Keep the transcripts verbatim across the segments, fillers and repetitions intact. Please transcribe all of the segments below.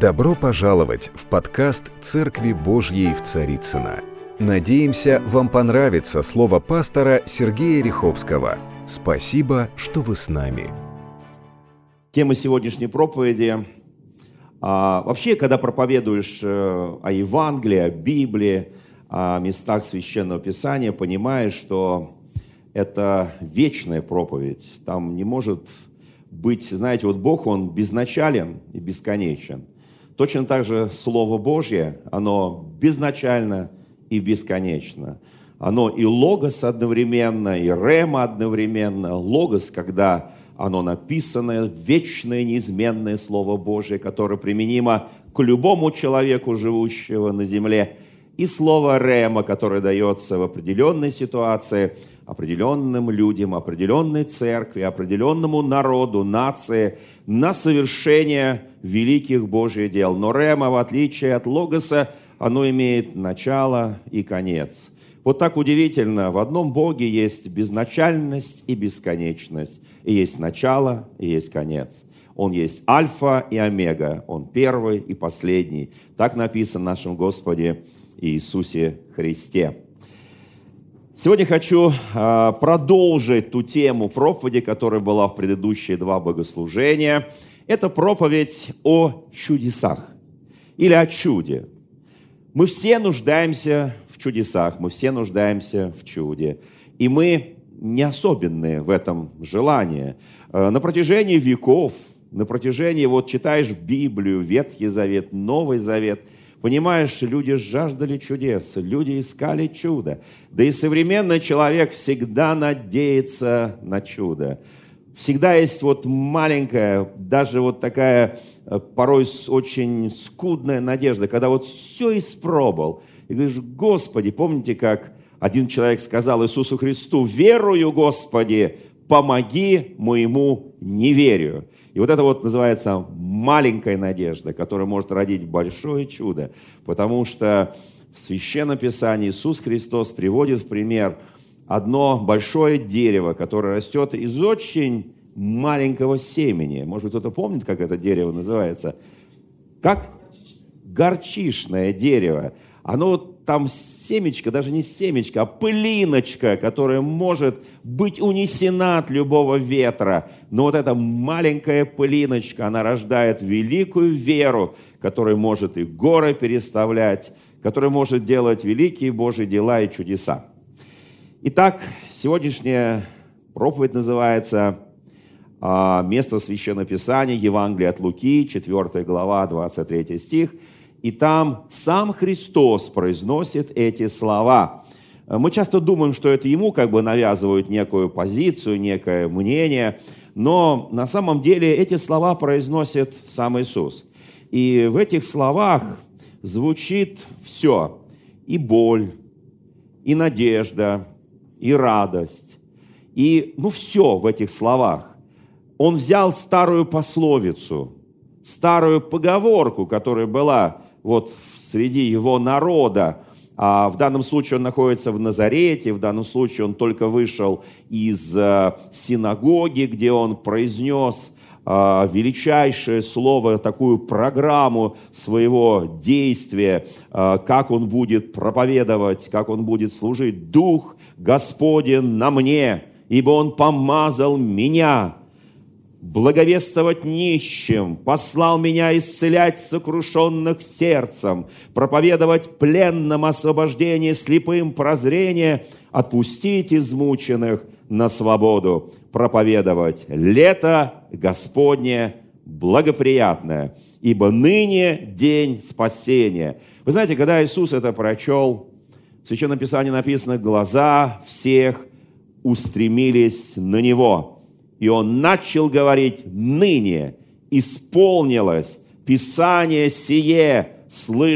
Добро пожаловать в подкаст «Церкви Божьей в Царицыно». Надеемся, вам понравится слово пастора Сергея Риховского. Спасибо, что вы с нами. Тема сегодняшней проповеди. А, вообще, когда проповедуешь э, о Евангелии, о Библии, о местах Священного Писания, понимаешь, что это вечная проповедь. Там не может быть, знаете, вот Бог, Он безначален и бесконечен. Точно так же Слово Божье, оно безначально и бесконечно. Оно и логос одновременно, и рема одновременно. Логос, когда оно написано, вечное, неизменное Слово Божье, которое применимо к любому человеку, живущего на земле. И слово рема, которое дается в определенной ситуации, определенным людям, определенной церкви, определенному народу, нации, на совершение великих Божьих дел. Но рема, в отличие от логоса, оно имеет начало и конец. Вот так удивительно, в одном Боге есть безначальность и бесконечность. И есть начало, и есть конец. Он есть альфа и омега, Он первый и последний. Так написано в нашем Господе Иисусе Христе. Сегодня хочу э, продолжить ту тему проповеди, которая была в предыдущие два богослужения. Это проповедь о чудесах или о чуде. Мы все нуждаемся в чудесах, мы все нуждаемся в чуде. И мы не особенные в этом желании. Э, на протяжении веков, на протяжении, вот читаешь Библию, Ветхий Завет, Новый Завет, понимаешь, люди жаждали чудес, люди искали чудо. Да и современный человек всегда надеется на чудо. Всегда есть вот маленькая, даже вот такая порой очень скудная надежда, когда вот все испробовал. И говоришь: Господи, помните, как один человек сказал Иисусу Христу: «Верую, Господи, помоги моему неверию». И вот это вот называется маленькая надежда, которая может родить большое чудо. Потому что в Священном Писании Иисус Христос приводит в пример одно большое дерево, которое растет из очень маленького семени. Может быть, кто-то помнит, как это дерево называется? Как? Горчичное дерево. Оно вот там семечко, даже не семечко, а пылиночка, которая может быть унесена от любого ветра. Но вот эта маленькая пылиночка, она рождает великую веру, которая может и горы переставлять, которая может делать великие Божьи дела и чудеса. Итак, сегодняшняя проповедь называется «Место Священного Писания», Евангелие от Луки, четвёртая глава, двадцать третий стих. И там сам Христос произносит эти слова. Мы часто думаем, что это Ему как бы навязывают некую позицию, некое мнение, но на самом деле эти слова произносит сам Иисус. И в этих словах звучит все: и боль, и надежда, и радость, и ну все в этих словах. Он взял старую пословицу, старую поговорку, которая была вот среди его народа. А в данном случае он находится в Назарете, в данном случае он только вышел из э, синагоги, где он произнес э, величайшее слово, такую программу своего действия, э, как он будет проповедовать, как он будет служить. «Дух Господень на мне, ибо Он помазал меня благовествовать нищим, послал меня исцелять сокрушенных сердцем, проповедовать пленным освобождение, слепым прозрение, отпустить измученных на свободу, проповедовать лето Господне благоприятное, ибо ныне день спасения». Вы знаете, когда Иисус это прочел, в Священном Писании написано: глаза всех устремились на Него. И Он начал говорить: «Ныне исполнилось Писание сие,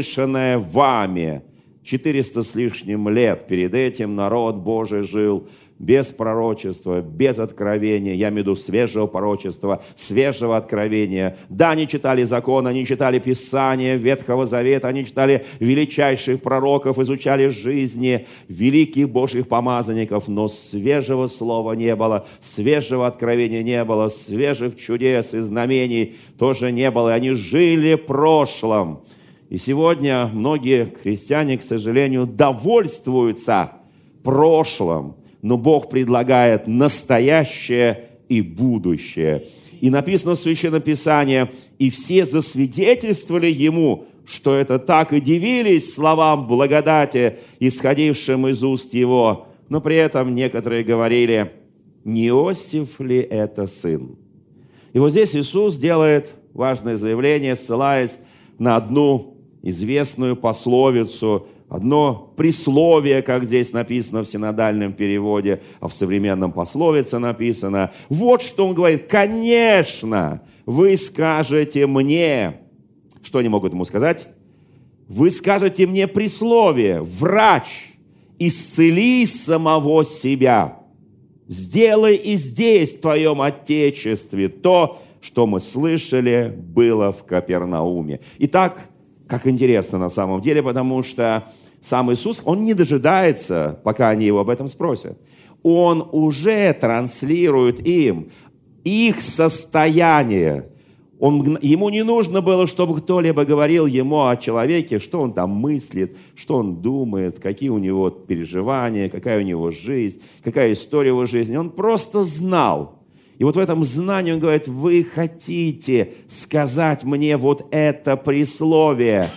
слышанное вами». Четыреста с лишним лет перед этим народ Божий жил без пророчества, без откровения, я имею в виду свежего пророчества, свежего откровения. Да, они читали закон, они читали Писание Ветхого Завета, они читали величайших пророков, изучали жизни великих Божьих помазанников, но свежего слова не было, свежего откровения не было, свежих чудес и знамений тоже не было. Они жили прошлым. И сегодня многие христиане, к сожалению, довольствуются прошлым, но Бог предлагает настоящее и будущее. И написано в Священном Писании: «И все засвидетельствовали Ему, что это так, и дивились словам благодати, исходившим из уст Его». Но при этом некоторые говорили: «Не Иосиф ли это сын?» И вот здесь Иисус делает важное заявление, ссылаясь на одну известную пословицу, одно присловие, как здесь написано в синодальном переводе, а в современном пословице написано. Вот что он говорит: «Конечно, вы скажете мне». Что они могут ему сказать? «Вы скажете мне присловие: врач, исцели самого себя. Сделай и здесь, в твоем Отечестве, то, что мы слышали, было в Капернауме». Итак, как интересно на самом деле, потому что сам Иисус, Он не дожидается, пока они Его об этом спросят. Он уже транслирует им их состояние. Он, ему не нужно было, чтобы кто-либо говорил ему о человеке, что он там мыслит, что он думает, какие у него переживания, какая у него жизнь, какая история его жизни. Он просто знал. И вот в этом знании он говорит: вы хотите сказать мне вот это присловие: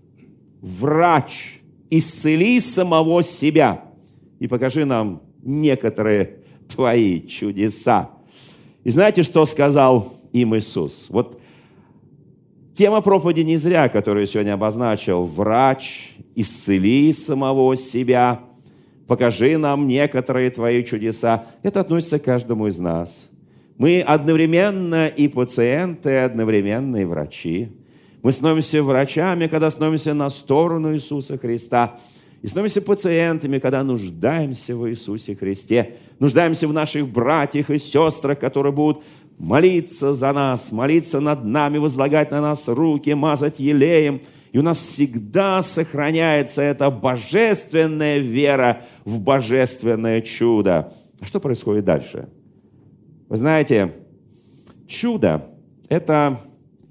врач, исцели самого себя и покажи нам некоторые твои чудеса. И знаете, что сказал им Иисус? Вот тема проповеди не зря, которую я сегодня обозначил: врач, исцели самого себя, покажи нам некоторые твои чудеса. Это относится к каждому из нас. Мы одновременно и пациенты, одновременно и врачи. Мы становимся врачами, когда становимся на сторону Иисуса Христа. И становимся пациентами, когда нуждаемся в Иисусе Христе. Нуждаемся в наших братьях и сестрах, которые будут молиться за нас, молиться над нами, возлагать на нас руки, мазать елеем. И у нас всегда сохраняется эта божественная вера в божественное чудо. А что происходит дальше? Вы знаете, чудо – это,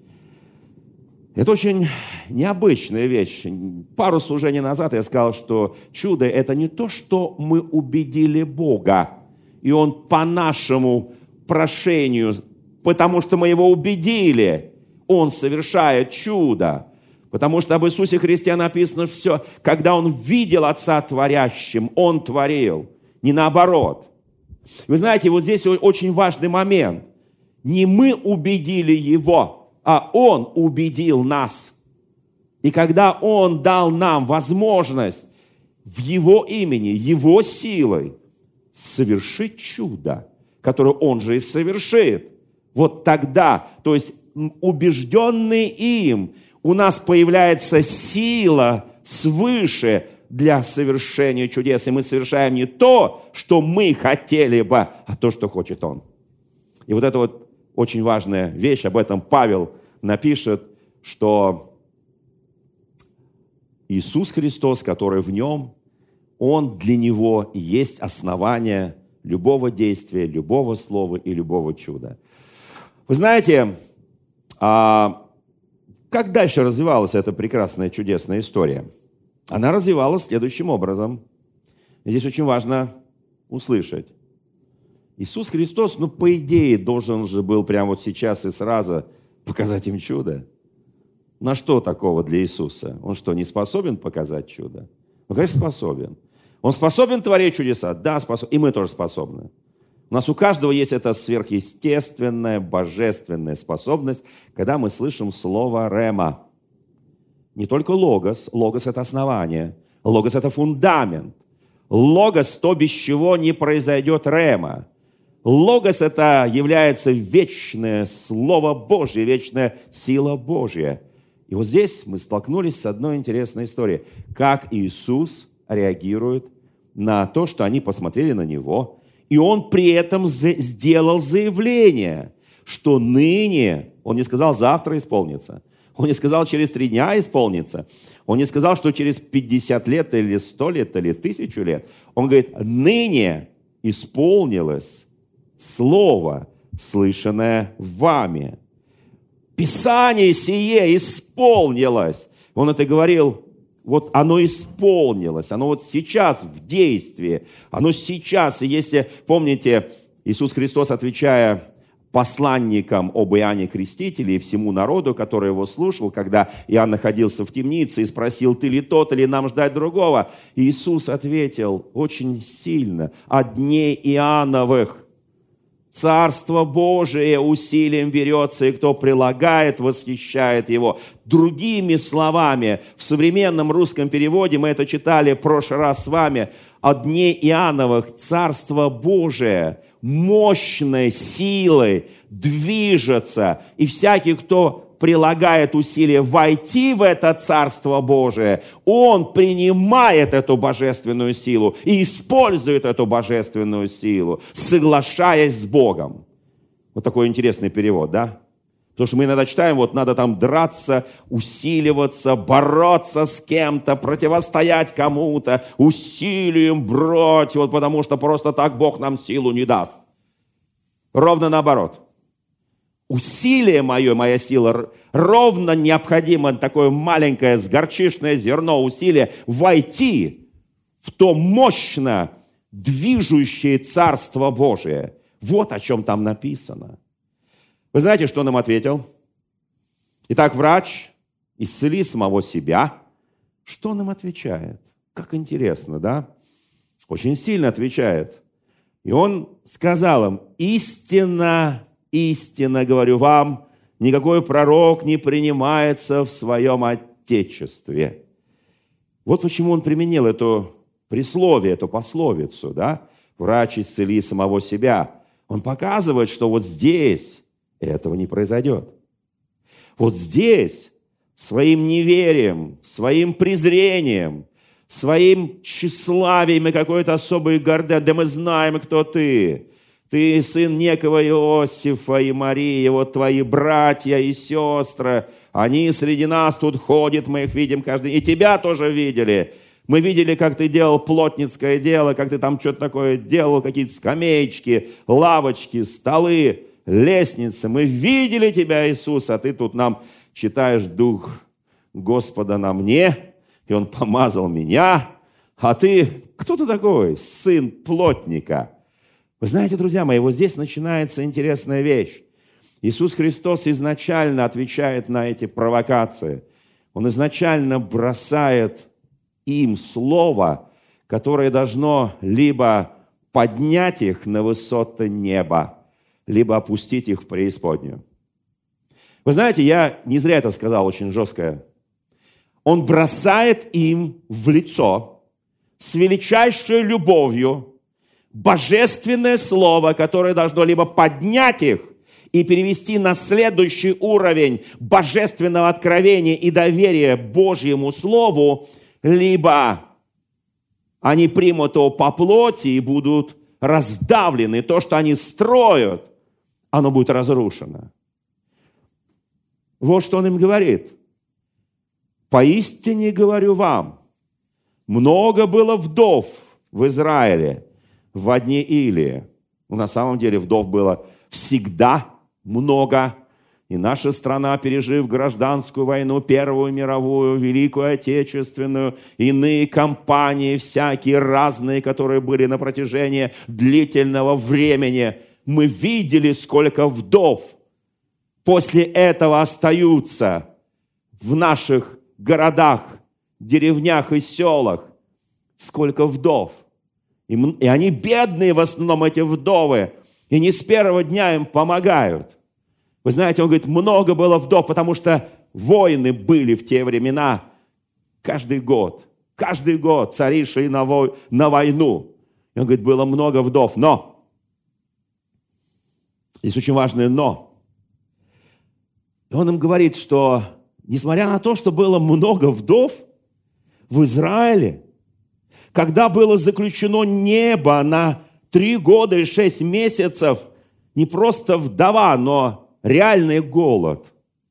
это очень необычная вещь. Пару служений назад я сказал, что чудо – это не то, что мы убедили Бога, и Он по нашему прошению, потому что мы Его убедили, Он совершает чудо. Потому что об Иисусе Христе написано все, когда Он видел Отца творящим, Он творил, не наоборот. Вы знаете, вот здесь очень важный момент. Не мы убедили Его, а Он убедил нас. И когда Он дал нам возможность в Его имени, Его силой совершить чудо, которое Он же и совершит, вот тогда, то есть убежденный им, у нас появляется сила свыше для совершения чудес. И мы совершаем не то, что мы хотели бы, а то, что хочет Он. И вот это вот очень важная вещь. Об этом Павел напишет, что Иисус Христос, который в Нем, Он для Него и есть основание любого действия, любого слова и любого чуда. Вы знаете, как дальше развивалась эта прекрасная, чудесная история? Она развивалась следующим образом. И здесь очень важно услышать. Иисус Христос, ну, по идее, должен же был прямо вот сейчас и сразу показать им чудо. На что такого для Иисуса? Он что, не способен показать чудо? Ну, конечно, способен. Он способен творить чудеса? Да, способен. И мы тоже способны. У нас у каждого есть эта сверхъестественная, божественная способность, когда мы слышим слово «рема». Не только логос. Логос – это основание. Логос – это фундамент. Логос – то, без чего не произойдет рема. Логос – это является вечное Слово Божье, вечная сила Божья. И вот здесь мы столкнулись с одной интересной историей. Как Иисус реагирует на то, что они посмотрели на Него, И он при этом сделал заявление, что ныне, он не сказал завтра исполнится, он не сказал через три дня исполнится, он не сказал, что через пятьдесят лет или сто лет или тысячу лет. Он говорит, ныне исполнилось слово, слышанное вами. Писание сие исполнилось. Он это говорил, вот оно исполнилось, оно вот сейчас в действии, оно сейчас. И если, помните, Иисус Христос, отвечая посланникам об Иоанне Крестителе и всему народу, который его слушал, когда Иоанн находился в темнице и спросил, ты ли тот, или нам ждать другого? И Иисус ответил очень сильно, о дне Иоанновых. Царство Божие усилием берется, и кто прилагает, восхищает его. Другими словами, в современном русском переводе, мы это читали в прошлый раз с вами, о дне Иоанновых Царство Божие мощной силой движется, и всякий, кто прилагает усилия войти в это Царство Божие, он принимает эту божественную силу и использует эту божественную силу, соглашаясь с Богом. Вот такой интересный перевод, да? Потому что мы иногда читаем, вот надо там драться, усиливаться, бороться с кем-то, противостоять кому-то, усилием брать, вот потому что просто так Бог нам силу не даст. Ровно наоборот. Усилие мое, моя сила, ровно необходимо такое маленькое с горчичное зерно усилие войти в то мощно движущее Царство Божие. Вот о чем там написано. Вы знаете, что он им ответил? Итак, врач, исцели самого себя. Что он им отвечает? Как интересно, да? Очень сильно отвечает. И он сказал им, истинно, истинно говорю вам, никакой пророк не принимается в своем отечестве. Вот почему он применил это присловие, эту пословицу, да? Врач, исцели самого себя. Он показывает, что вот здесь этого не произойдет. Вот здесь своим неверием, своим презрением, своим тщеславием и какой-то особой гордыней, да мы знаем, кто ты. Ты сын некого Иосифа и Марии, вот твои братья и сестры, они среди нас тут ходят, мы их видим каждый день. И тебя тоже видели. Мы видели, как ты делал плотницкое дело, как ты там что-то такое делал, какие-то скамеечки, лавочки, столы, лестницы. Мы видели тебя, Иисус, а ты тут нам читаешь Дух Господа на мне, и Он помазал меня. А ты, кто ты такой? Сын плотника. Вы знаете, друзья мои, вот здесь начинается интересная вещь. Иисус Христос изначально отвечает на эти провокации. Он изначально бросает им слово, которое должно либо поднять их на высоты неба, либо опустить их в преисподнюю. Вы знаете, я не зря это сказал, очень жесткое. Он бросает им в лицо с величайшей любовью божественное слово, которое должно либо поднять их и перевести на следующий уровень божественного откровения и доверия Божьему Слову, либо они примут его по плоти и будут раздавлены. То, что они строят, оно будет разрушено. Вот что он им говорит. «Поистине говорю вам, много было вдов в Израиле во дни Илии». Ну, на самом деле вдов было всегда много. И наша страна, пережив гражданскую войну, Первую мировую, Великую Отечественную, иные кампании всякие разные, которые были на протяжении длительного времени, мы видели, сколько вдов после этого остаются в наших городах, деревнях и селах. Сколько вдов. И, и они бедные в основном, эти вдовы. И не с первого дня им помогают. Вы знаете, он говорит, много было вдов, потому что войны были в те времена каждый год. Каждый год цари шли на, вой, на войну. И он говорит, было много вдов. Но, здесь очень важное но. И он им говорит, что несмотря на то, что было много вдов в Израиле, когда было заключено небо на три года и шесть месяцев не просто вдова, но реальный голод.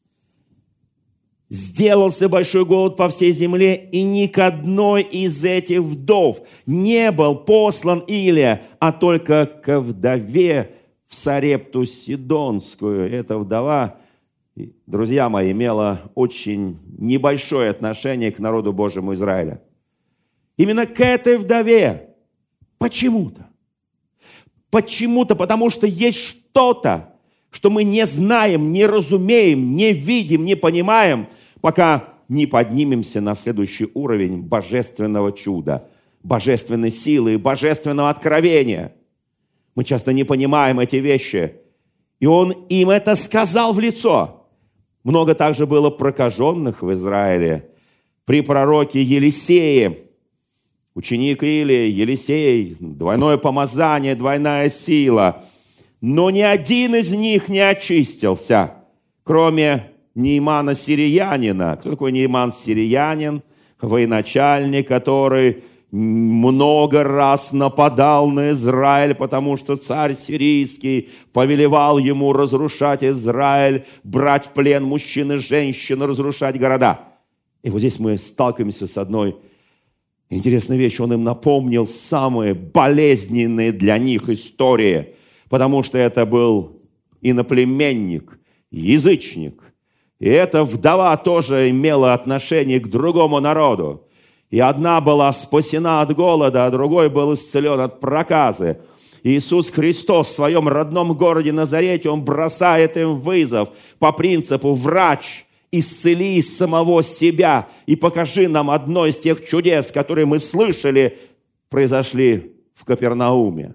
Сделался большой голод по всей земле, и ни к одной из этих вдов не был послан Илия, а только ко вдове в Сарепту Сидонскую. Эта вдова, друзья мои, имела очень небольшое отношение к народу Божьему Израиля. Именно к этой вдове. Почему-то. Почему-то, потому что есть что-то, что мы не знаем, не разумеем, не видим, не понимаем, пока не поднимемся на следующий уровень божественного чуда, божественной силы и божественного откровения. Мы часто не понимаем эти вещи. И он им это сказал в лицо. Много также было прокаженных в Израиле. При пророке Елисее, ученик Илии, Елисей, двойное помазание, двойная сила. Но ни один из них не очистился, кроме Неимана Сириянина. Кто такой Неиман Сириянин? Военачальник, который много раз нападал на Израиль, потому что царь сирийский повелевал ему разрушать Израиль, брать в плен мужчин и женщин, разрушать города. И вот здесь мы сталкиваемся с одной интересной вещью. Он им напомнил самые болезненные для них истории, потому что это был иноплеменник, язычник. И эта вдова тоже имела отношение к другому народу. И одна была спасена от голода, а другой был исцелен от проказы. Иисус Христос в своем родном городе Назарете, Он бросает им вызов по принципу «Врач, исцели самого себя и покажи нам одно из тех чудес, которые мы слышали, произошли в Капернауме».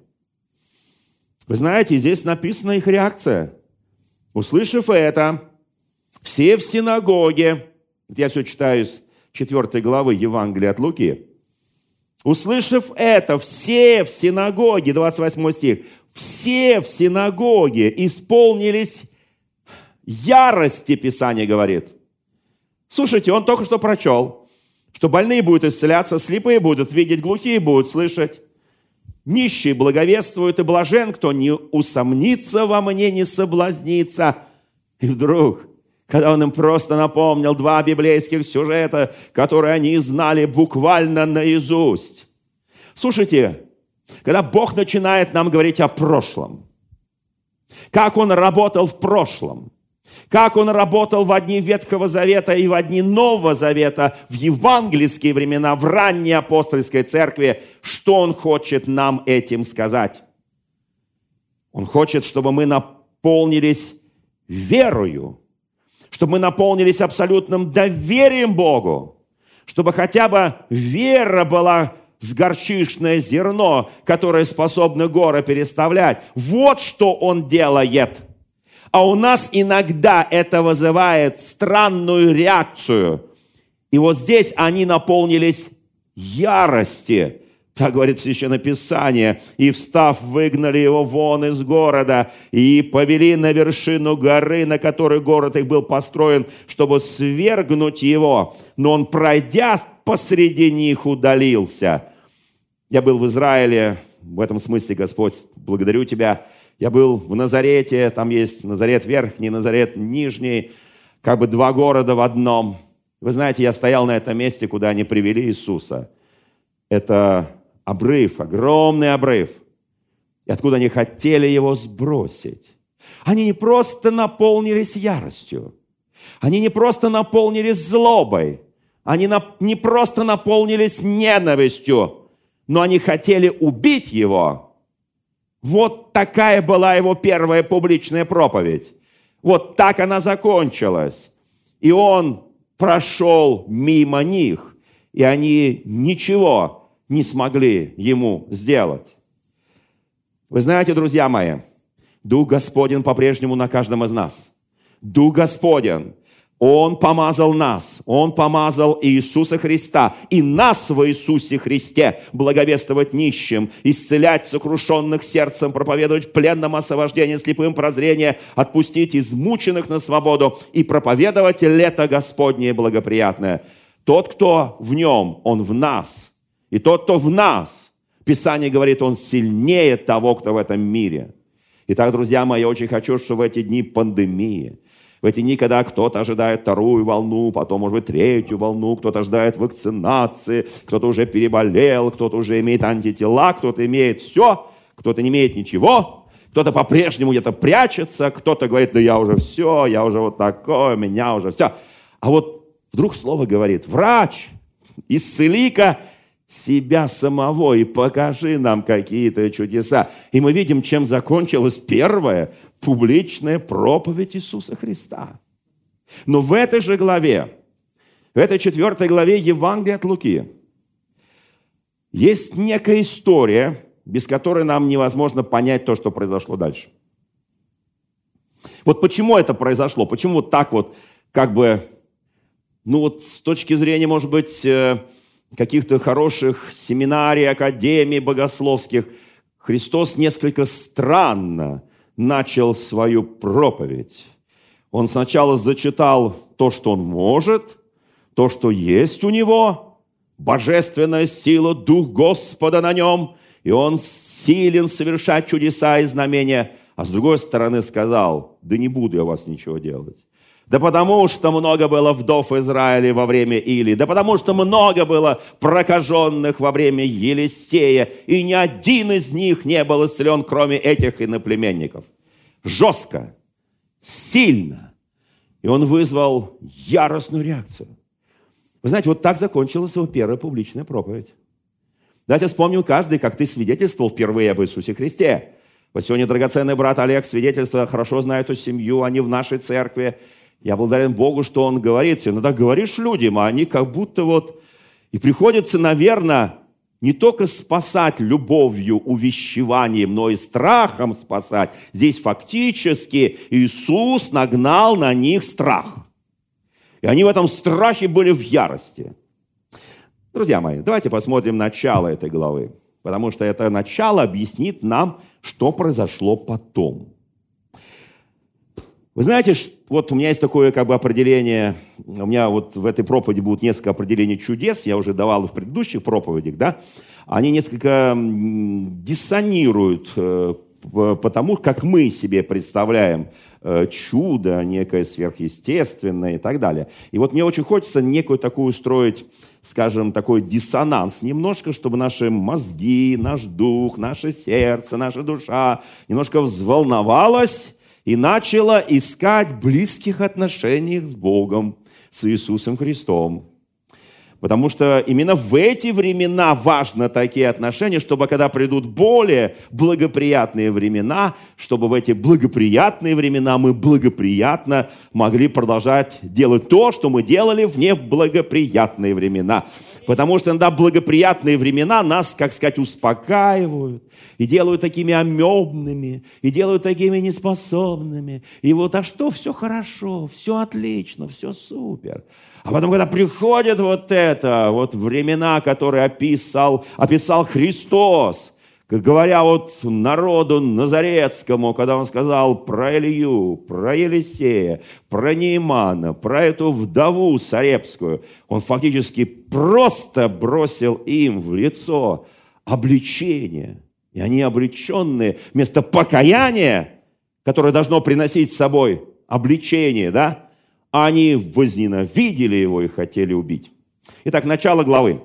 Вы знаете, здесь написана их реакция. Услышав это, все в синагоге, я все читаю из четвёртой главы Евангелия от Луки, услышав это, все в синагоге, двадцать восьмой стих, все в синагоге исполнились ярости, Писание говорит. Слушайте, он только что прочел, что больные будут исцеляться, слепые будут видеть, глухие будут слышать, нищие благовествуют, и блажен, кто не усомнится во мне, не соблазнится. И вдруг, когда он им просто напомнил два библейских сюжета, которые они знали буквально наизусть. Слушайте, когда Бог начинает нам говорить о прошлом, как Он работал в прошлом, как Он работал в одни Ветхого Завета и в одни Нового Завета, в евангельские времена, в ранней апостольской церкви, что Он хочет нам этим сказать? Он хочет, чтобы мы наполнились верою, чтобы мы наполнились абсолютным доверием Богу, чтобы хотя бы вера была с горчичное зерно, которое способно горы переставлять. Вот что Он делает. А у нас иногда это вызывает странную реакцию. И вот здесь они наполнились ярости. Так говорит Священное Писание. И, встав, выгнали его вон из города и повели на вершину горы, на которой город их был построен, чтобы свергнуть его. Но он, пройдя посреди них, удалился. Я был в Израиле. В этом смысле, Господь, благодарю Тебя. Я был в Назарете. Там есть Назарет Верхний, Назарет Нижний. Как бы два города в одном. Вы знаете, я стоял на этом месте, куда они привели Иисуса. Это обрыв, огромный обрыв. И откуда они хотели его сбросить. Они не просто наполнились яростью. Они не просто наполнились злобой. Они не просто наполнились ненавистью. Но они хотели убить его. Вот такая была его первая публичная проповедь. Вот так она закончилась. И он прошел мимо них. И они ничего не смогли ему сделать. Вы знаете, друзья мои, Дух Господень по-прежнему на каждом из нас. Дух Господень, Он помазал нас, Он помазал Иисуса Христа и нас в Иисусе Христе благовествовать нищим, исцелять сокрушенных сердцем, проповедовать пленным освобождение, слепым прозрение, отпустить измученных на свободу и проповедовать лето Господнее благоприятное. Тот, кто в Нем, Он в нас. И тот, кто в нас, Писание говорит, Он сильнее того, кто в этом мире. Итак, друзья мои, я очень хочу, чтобы в эти дни пандемии, в эти дни, когда кто-то ожидает вторую волну, потом, может быть, третью волну, кто-то ожидает вакцинации, кто-то уже переболел, кто-то уже имеет антитела, кто-то имеет все, кто-то не имеет ничего, кто-то по-прежнему где-то прячется, кто-то говорит, да я уже все, я уже вот такой, у меня уже все. А вот вдруг слово говорит, врач, исцели-ка себя самого и покажи нам какие-то чудеса. И мы видим, чем закончилась первая публичная проповедь Иисуса Христа. Но в этой же главе, в этой четвертой главе Евангелия от Луки, есть некая история, без которой нам невозможно понять то, что произошло дальше. Вот почему это произошло? Почему вот так вот, как бы, ну вот с точки зрения, может быть, каких-то хороших семинарий, академий богословских, Христос несколько странно начал свою проповедь. Он сначала зачитал то, что он может, то, что есть у него, божественная сила, Дух Господа на нем, и он силен совершать чудеса и знамения, а с другой стороны сказал, да не буду я у вас ничего делать. Да потому что много было вдов Израиля во время Илии, да потому что много было прокаженных во время Елисея, и ни один из них не был исцелен, кроме этих иноплеменников. Жестко, сильно. И он вызвал яростную реакцию. Вы знаете, вот так закончилась его первая публичная проповедь. Давайте вспомним каждый, как ты свидетельствовал впервые об Иисусе Христе. Вот сегодня драгоценный брат Олег свидетельствует, хорошо знает эту семью, они в нашей церкви. Я благодарен Богу, что он говорит. Иногда говоришь людям, а они как будто вот... И приходится, наверное, не только спасать любовью, увещеванием, но и страхом спасать. Здесь фактически Иисус нагнал на них страх. И они в этом страхе были в ярости. Друзья мои, давайте посмотрим начало этой главы. Потому что это начало объяснит нам, что произошло потом. Вы знаете, вот у меня есть такое как бы определение, у меня вот в этой проповеди будут несколько определений чудес, я уже давал в предыдущих проповедях, да, они несколько диссонируют по тому, как мы себе представляем чудо, некое сверхъестественное и так далее. И вот мне очень хочется некую такую устроить, скажем, такой диссонанс немножко, чтобы наши мозги, наш дух, наше сердце, наша душа немножко взволновалась и начала искать близких отношений с Богом, с Иисусом Христом. Потому что именно в эти времена важны такие отношения, чтобы когда придут более благоприятные времена, чтобы в эти благоприятные времена мы благоприятно могли продолжать делать то, что мы делали в неблагоприятные времена. Потому что иногда благоприятные времена нас, как сказать, успокаивают и делают такими амебными, и делают такими неспособными. И вот, а что, все хорошо, все отлично, все супер. А потом, когда приходит вот это, вот времена, которые описал, описал Христос, как говоря вот народу назарецкому, когда он сказал про Илью, про Елисея, про Неимана, про эту вдову Сарепскую, он фактически просто бросил им в лицо обличение. И они обличенные вместо покаяния, которое должно приносить с собой обличение, да, они возненавидели его и хотели убить. Итак, начало главы.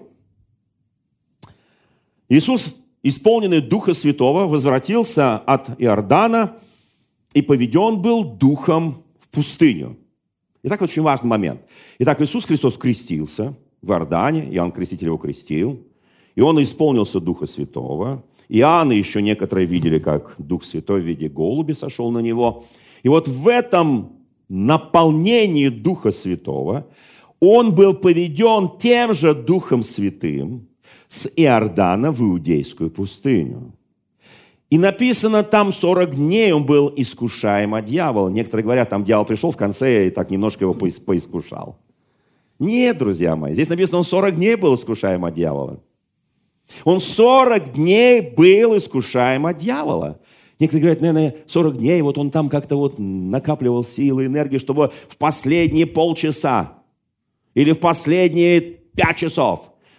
Иисус, исполненный Духа Святого, возвратился от Иордана и поведен был Духом в пустыню. Итак, очень важный момент. Итак, Иисус Христос крестился в Иордане, Иоанн Креститель его крестил, и он исполнился Духа Святого. Иоанн и еще некоторые видели, как Дух Святой в виде голуби сошел на него. И вот в этом наполнении Духа Святого он был поведен тем же Духом Святым с Иордана в Иудейскую пустыню. И написано, там сорок дней он был искушаем от дьявола. Некоторые говорят, там дьявол пришел в конце и так немножко его поискушал. Нет, друзья мои, здесь написано, он сорок дней был искушаем от дьявола. Он сорок дней был искушаем от дьявола. Некоторые говорят, наверное, сорок дней, вот он там как-то вот накапливал силы, энергии, чтобы в последние полчаса или в последние пять часов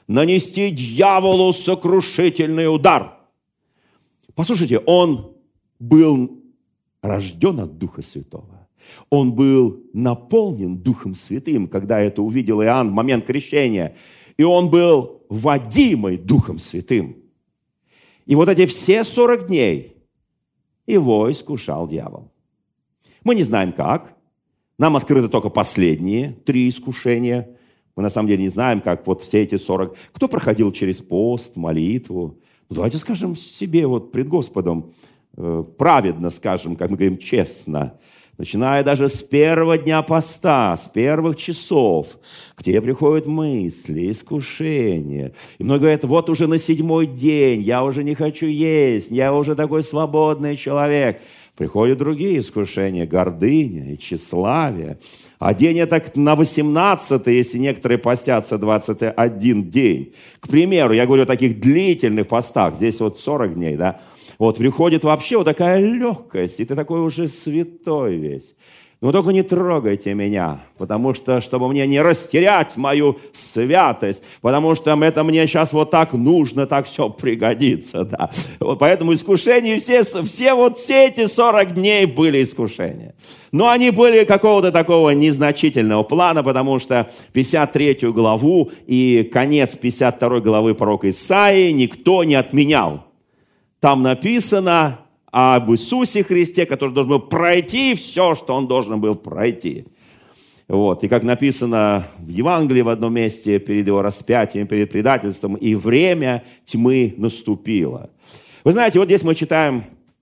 нанести дьяволу сокрушительный удар. Послушайте, он был рожден от Духа Святого. Он был наполнен Духом Святым, когда это увидел Иоанн в момент крещения. И он был водимый Духом Святым. И вот эти все сорок дней его искушал дьявол. Мы не знаем как. Нам открыты только последние три искушения. Мы на самом деле не знаем, как вот все эти сорок... Кто проходил через пост, молитву? Ну, давайте скажем себе вот пред Господом, э, праведно скажем, как мы говорим, честно. Начиная даже с первого дня поста, с первых часов, к тебе приходят мысли, искушения. И многие говорят, вот уже на седьмой день, я уже не хочу есть, я уже такой свободный человек. Приходят другие искушения, гордыня и тщеславие. А день это на восемнадцатый, если некоторые постятся двадцать один день. К примеру, я говорю о таких длительных постах, здесь вот сорок дней, да. Вот приходит вообще вот такая легкость, и ты такой уже святой весь. Но только не трогайте меня, потому что, чтобы мне не растерять мою святость, потому что это мне сейчас вот так нужно, так все пригодится, да. Вот поэтому искушения все, все вот все эти сорок дней были искушения. Но они были какого-то такого незначительного плана, потому что пятьдесят третью главу и конец пятьдесят второй главы пророка Исаии никто не отменял. Там написано об Иисусе Христе, который должен был пройти все, что он должен был пройти. Вот. И как написано в Евангелии в одном месте, перед его распятием, перед предательством, и время тьмы наступило. Вы знаете, вот здесь мы читаем,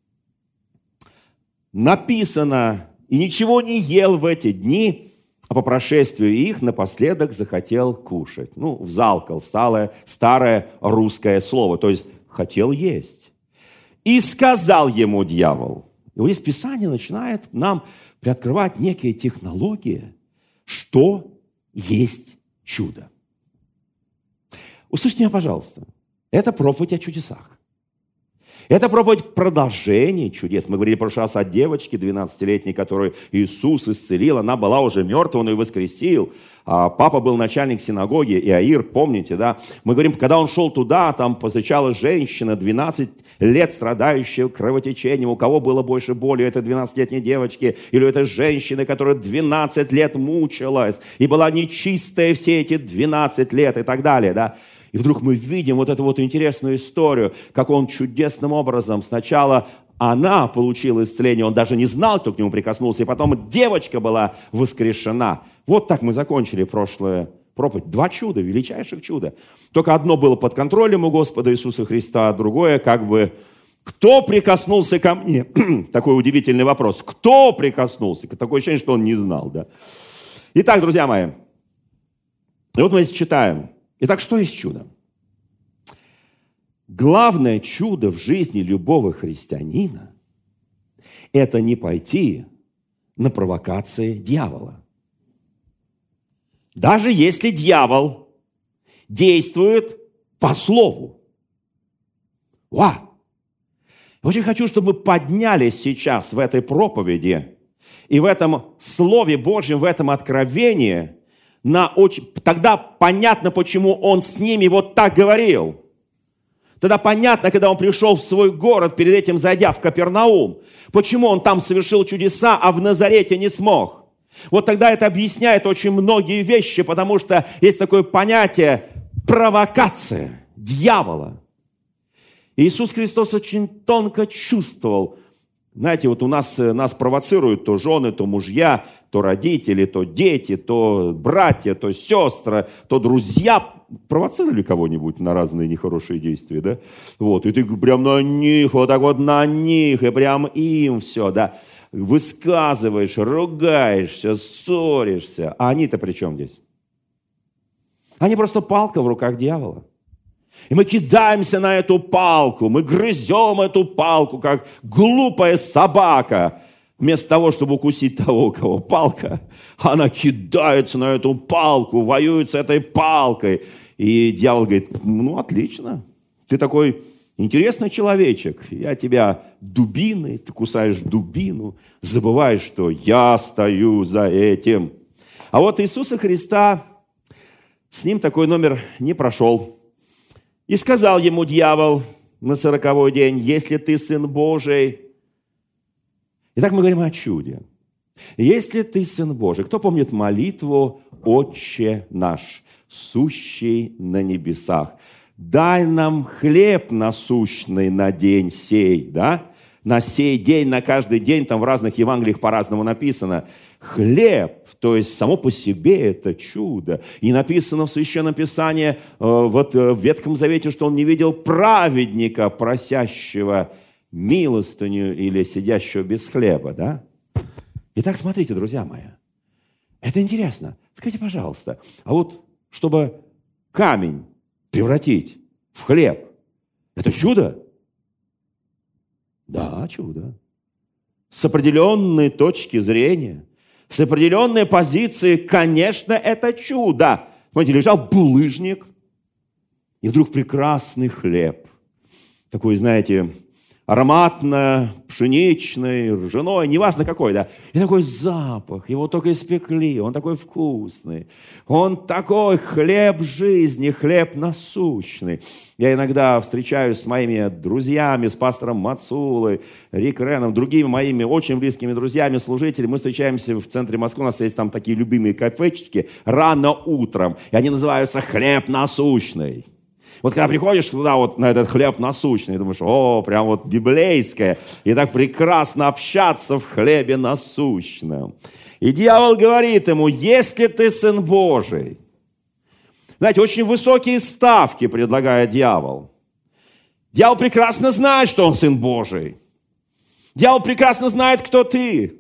написано, и ничего не ел в эти дни, а по прошествию их напоследок захотел кушать. Ну, взалкал, старое, старое русское слово, то есть хотел есть. И сказал ему дьявол. И вот здесь Писание начинает нам приоткрывать некие технологии, что есть чудо. Услышьте меня, пожалуйста. Это проповедь о чудесах. Это проповедь продолжения чудес. Мы говорили в прошлый раз о девочке двенадцатилетней, которую Иисус исцелил. Она была уже мертва, он ее воскресил. А папа был начальник синагоги, Иаир, помните, да? Мы говорим, когда он шел туда, там повстречалась женщина, двенадцать лет страдающая кровотечением. У кого было больше боли, у этой двенадцатилетней девочки или у этой женщины, которая двенадцать лет мучилась и была нечистая все эти двенадцать лет и так далее, да? И вдруг мы видим вот эту вот интересную историю, как он чудесным образом сначала она получила исцеление, он даже не знал, кто к нему прикоснулся, и потом девочка была воскрешена. Вот так мы закончили прошлую проповедь. Два чуда, величайших чуда. Только одно было под контролем у Господа Иисуса Христа, а другое как бы, кто прикоснулся ко мне? Такой удивительный вопрос. Кто прикоснулся? Такое ощущение, что он не знал, да. Итак, друзья мои, и вот мы здесь читаем. Итак, что есть чудо? Главное чудо в жизни любого христианина – это не пойти на провокации дьявола. Даже если дьявол действует по слову. Ва! Я очень хочу, чтобы мы поднялись сейчас в этой проповеди и в этом Слове Божьем, в этом откровении – На очень... Тогда понятно, почему он с ними вот так говорил. Тогда понятно, когда он пришел в свой город, перед этим зайдя в Капернаум, почему он там совершил чудеса, а в Назарете не смог. Вот тогда это объясняет очень многие вещи, потому что есть такое понятие провокация дьявола. И Иисус Христос очень тонко чувствовал. Знаете, вот у нас, нас провоцируют то жены, то мужья, то родители, то дети, то братья, то сестры, то друзья. Провоцировали кого-нибудь на разные нехорошие действия, да? Вот, и ты прям на них, вот так вот на них, и прям им все, да? Высказываешь, ругаешься, ссоришься. А они-то при чем здесь? Они просто палка в руках дьявола. И мы кидаемся на эту палку, мы грызем эту палку, как глупая собака. Вместо того, чтобы укусить того, у кого палка, она кидается на эту палку, воюет с этой палкой. И дьявол говорит, ну, отлично, ты такой интересный человечек. Я тебя дубиной, ты кусаешь дубину, забываешь, что я стою за этим. А вот Иисуса Христа С ним такой номер не прошел. И сказал ему дьявол на сороковой день: если ты Сын Божий. Итак, мы говорим о чуде. Если ты Сын Божий. Кто помнит молитву «Отче наш, сущий на небесах»? Дай нам хлеб насущный на день сей, да? На сей день, на каждый день, там в разных Евангелиях по-разному написано. Хлеб, то есть само по себе это чудо. И написано в Священном Писании, вот в Ветхом Завете, что он не видел праведника, просящего милостыню или сидящего без хлеба, да? Итак, смотрите, друзья мои, это интересно. Скажите, пожалуйста, а вот чтобы камень превратить в хлеб, это чудо? Да, чудо. С определенной точки зрения, с определенной позиции, конечно, это чудо. Смотрите, лежал булыжник, и вдруг прекрасный хлеб. Такой, знаете, ароматно-пшеничный, ржаной, неважно какой, да. И такой запах, его только испекли, он такой вкусный. Он такой хлеб жизни, хлеб насущный. Я иногда встречаюсь с моими друзьями, с пастором Мацулой, Рик Реном, другими моими очень близкими друзьями, служителями. Мы встречаемся в центре Москвы, у нас есть там такие любимые кафешечки рано утром, и они называются «Хлеб насущный». Вот когда приходишь туда, вот на этот хлеб насущный, думаешь: о, прям вот библейское, и так прекрасно общаться в хлебе насущном. И дьявол говорит ему: если ты Сын Божий. Знаете, очень высокие ставки предлагает дьявол. Дьявол прекрасно знает, что он Сын Божий. Дьявол прекрасно знает, кто ты.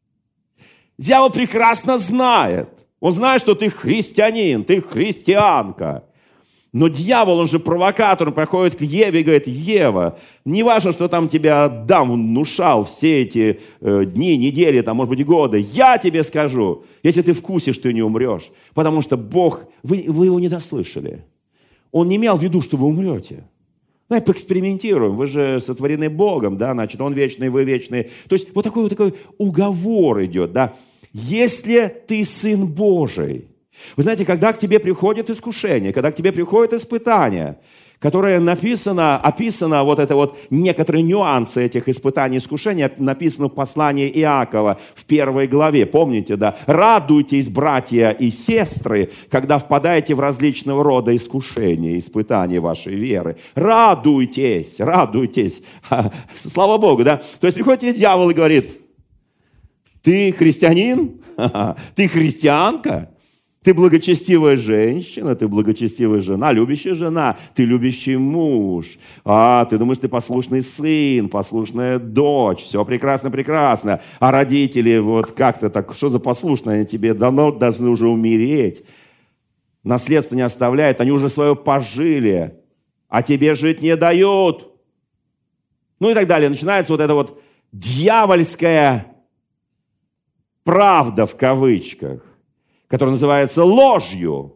Дьявол прекрасно знает. Он знает, что ты христианин, ты христианка. Но дьявол, он же провокатор, он приходит к Еве и говорит: Ева, не важно, что там тебя Адам внушал все эти э, дни, недели, там, может быть, годы. Я тебе скажу, если ты вкусишь, ты не умрешь. Потому что Бог, вы, вы его не дослышали. Он не имел в виду, что вы умрете. Давай поэкспериментируем, вы же сотворены Богом, да, значит, Он вечный, вы вечные. То есть вот такой вот такой уговор идет, да. Если ты Сын Божий. Вы знаете, когда к тебе приходит искушение, когда к тебе приходит испытание, которое написано, описано, вот это вот некоторые нюансы этих испытаний и искушений, написано в послании Иакова в первой главе, помните, да? «Радуйтесь, братья и сестры, когда впадаете в различного рода искушения, испытания вашей веры». Радуйтесь, радуйтесь. Слава Богу, да? То есть приходит дьявол и говорит: ты христианин? Ты христианка? Ты благочестивая женщина, ты благочестивая жена, любящая жена, ты любящий муж. А, ты думаешь, ты послушный сын, послушная дочь. Все прекрасно, прекрасно. А родители, вот как-то так, что за послушные, они тебе давно должны уже умереть. Наследство не оставляют, они уже свое пожили, а тебе жить не дают. Ну и так далее. Начинается вот эта вот дьявольская правда в кавычках, которая называется ложью.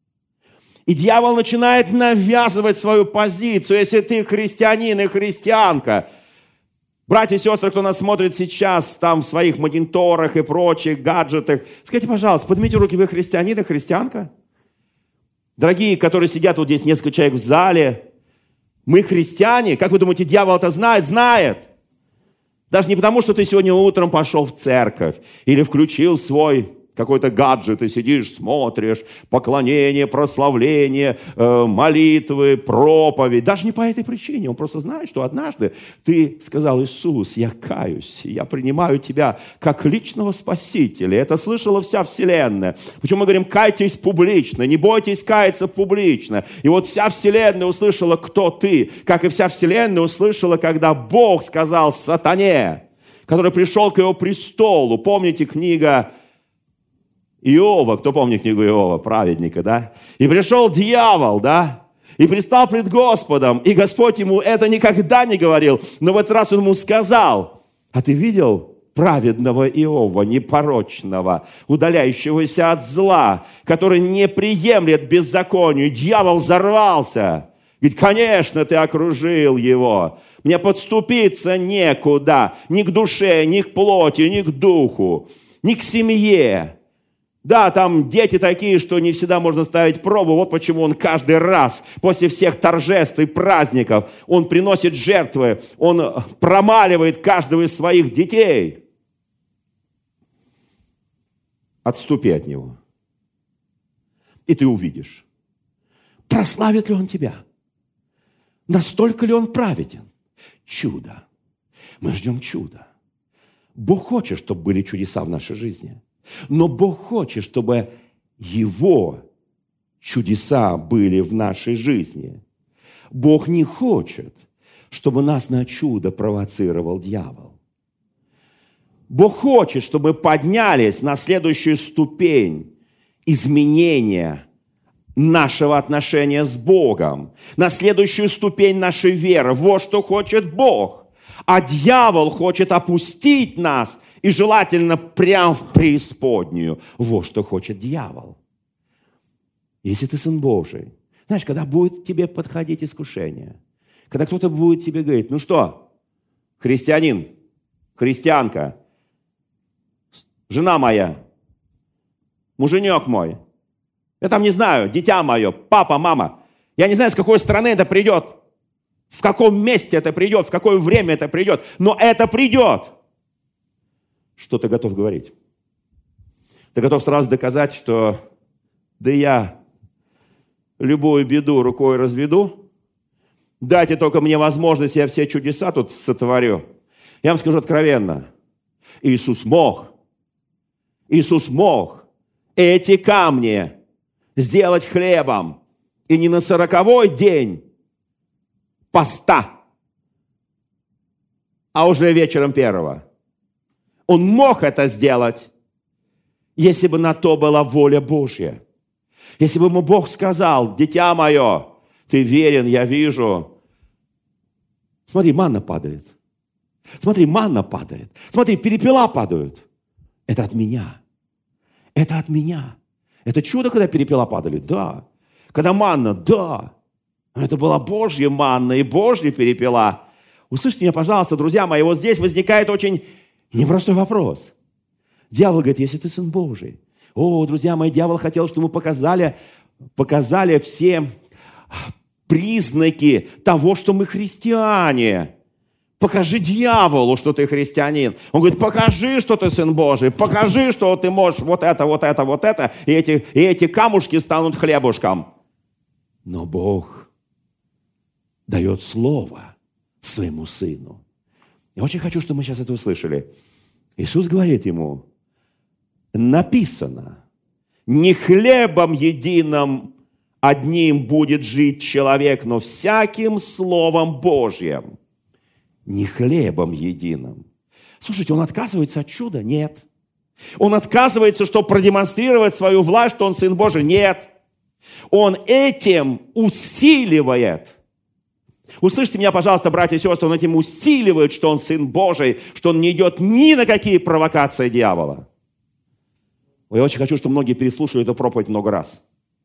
И дьявол начинает навязывать свою позицию. Если ты христианин и христианка, братья и сестры, кто нас смотрит сейчас там в своих мониторах и прочих гаджетах, скажите, пожалуйста, поднимите руки, вы христианин и христианка? Дорогие, которые сидят вот здесь, несколько человек в зале, мы христиане. Как вы думаете, дьявол это знает? Знает. Даже не потому, что ты сегодня утром пошел в церковь или включил свой какой-то гаджет, ты сидишь, смотришь, поклонение, прославление, э, молитвы, проповедь. Даже не по этой причине. Он просто знает, что однажды ты сказал: Иисус, я каюсь, я принимаю тебя как личного спасителя. Это слышала вся вселенная. Почему мы говорим: кайтесь публично, не бойтесь каяться публично. И вот вся вселенная услышала, кто ты, как и вся вселенная услышала, когда Бог сказал сатане, который пришел к его престолу. Помните, книга Иова, кто помнит книгу Иова, праведника, да? И пришел дьявол, да? И предстал пред Господом, и Господь ему это никогда не говорил, но в этот раз он ему сказал: а ты видел праведного Иова, непорочного, удаляющегося от зла, который не приемлет беззаконию? Дьявол взорвался. Говорит: конечно, ты окружил его. Мне подступиться некуда, ни к душе, ни к плоти, ни к духу, ни к семье. Да, там дети такие, что не всегда можно ставить пробу. Вот почему он каждый раз после всех торжеств и праздников, он приносит жертвы, он промаливает каждого из своих детей. Отступи от него. И ты увидишь, прославит ли он тебя. Настолько ли он праведен? Чудо. Мы ждем чуда. Бог хочет, чтобы были чудеса в нашей жизни. Но Бог хочет, чтобы Его чудеса были в нашей жизни. Бог не хочет, чтобы нас на чудо провоцировал дьявол. Бог хочет, чтобы мы поднялись на следующую ступень изменения нашего отношения с Богом, на следующую ступень нашей веры. Вот что хочет Бог. А дьявол хочет опустить нас и желательно прямо в преисподнюю. Вот что хочет дьявол. Если ты сын Божий, знаешь, когда будет тебе подходить искушение, когда кто-то будет тебе говорить, ну что, христианин, христианка, жена моя, муженек мой, я там не знаю, дитя мое, папа, мама, я не знаю, с какой страны это придет, в каком месте это придет, в какое время это придет, но это придет. Что ты готов говорить? Ты готов сразу доказать, что да я любую беду рукой разведу, дайте только мне возможность, я все чудеса тут сотворю. Я вам скажу откровенно, Иисус мог, Иисус мог эти камни сделать хлебом, и не на сороковой день поста, а уже вечером первого. Он мог это сделать, если бы на то была воля Божья. Если бы ему Бог сказал, дитя мое, ты верен, я вижу. Смотри, манна падает. Смотри, манна падает. Смотри, перепела падают. Это от меня. Это от меня. Это чудо, когда перепела падали? Да. Когда манна? Да. Это была Божья манна и Божья перепела. Услышьте меня, пожалуйста, друзья мои, вот здесь возникает очень непростой вопрос. Дьявол говорит, если ты сын Божий. О, друзья мои, дьявол хотел, чтобы мы показали, показали все признаки того, что мы христиане. Покажи дьяволу, что ты христианин. Он говорит, покажи, что ты сын Божий, покажи, что ты можешь вот это, вот это, вот это, и эти, и эти камушки станут хлебушком. Но Бог дает слово своему сыну. Я очень хочу, чтобы мы сейчас это услышали. Иисус говорит ему, написано, не хлебом единым одним будет жить человек, но всяким словом Божьим. Не хлебом единым. Слушайте, он отказывается от чуда? Нет. Он отказывается, чтобы продемонстрировать свою власть, что он сын Божий? Нет. Он этим усиливает. Услышьте меня, пожалуйста, братья и сестры, он этим усиливает, что он сын Божий, что он не идет ни на какие провокации дьявола. Я очень хочу, чтобы многие переслушали эту проповедь много раз.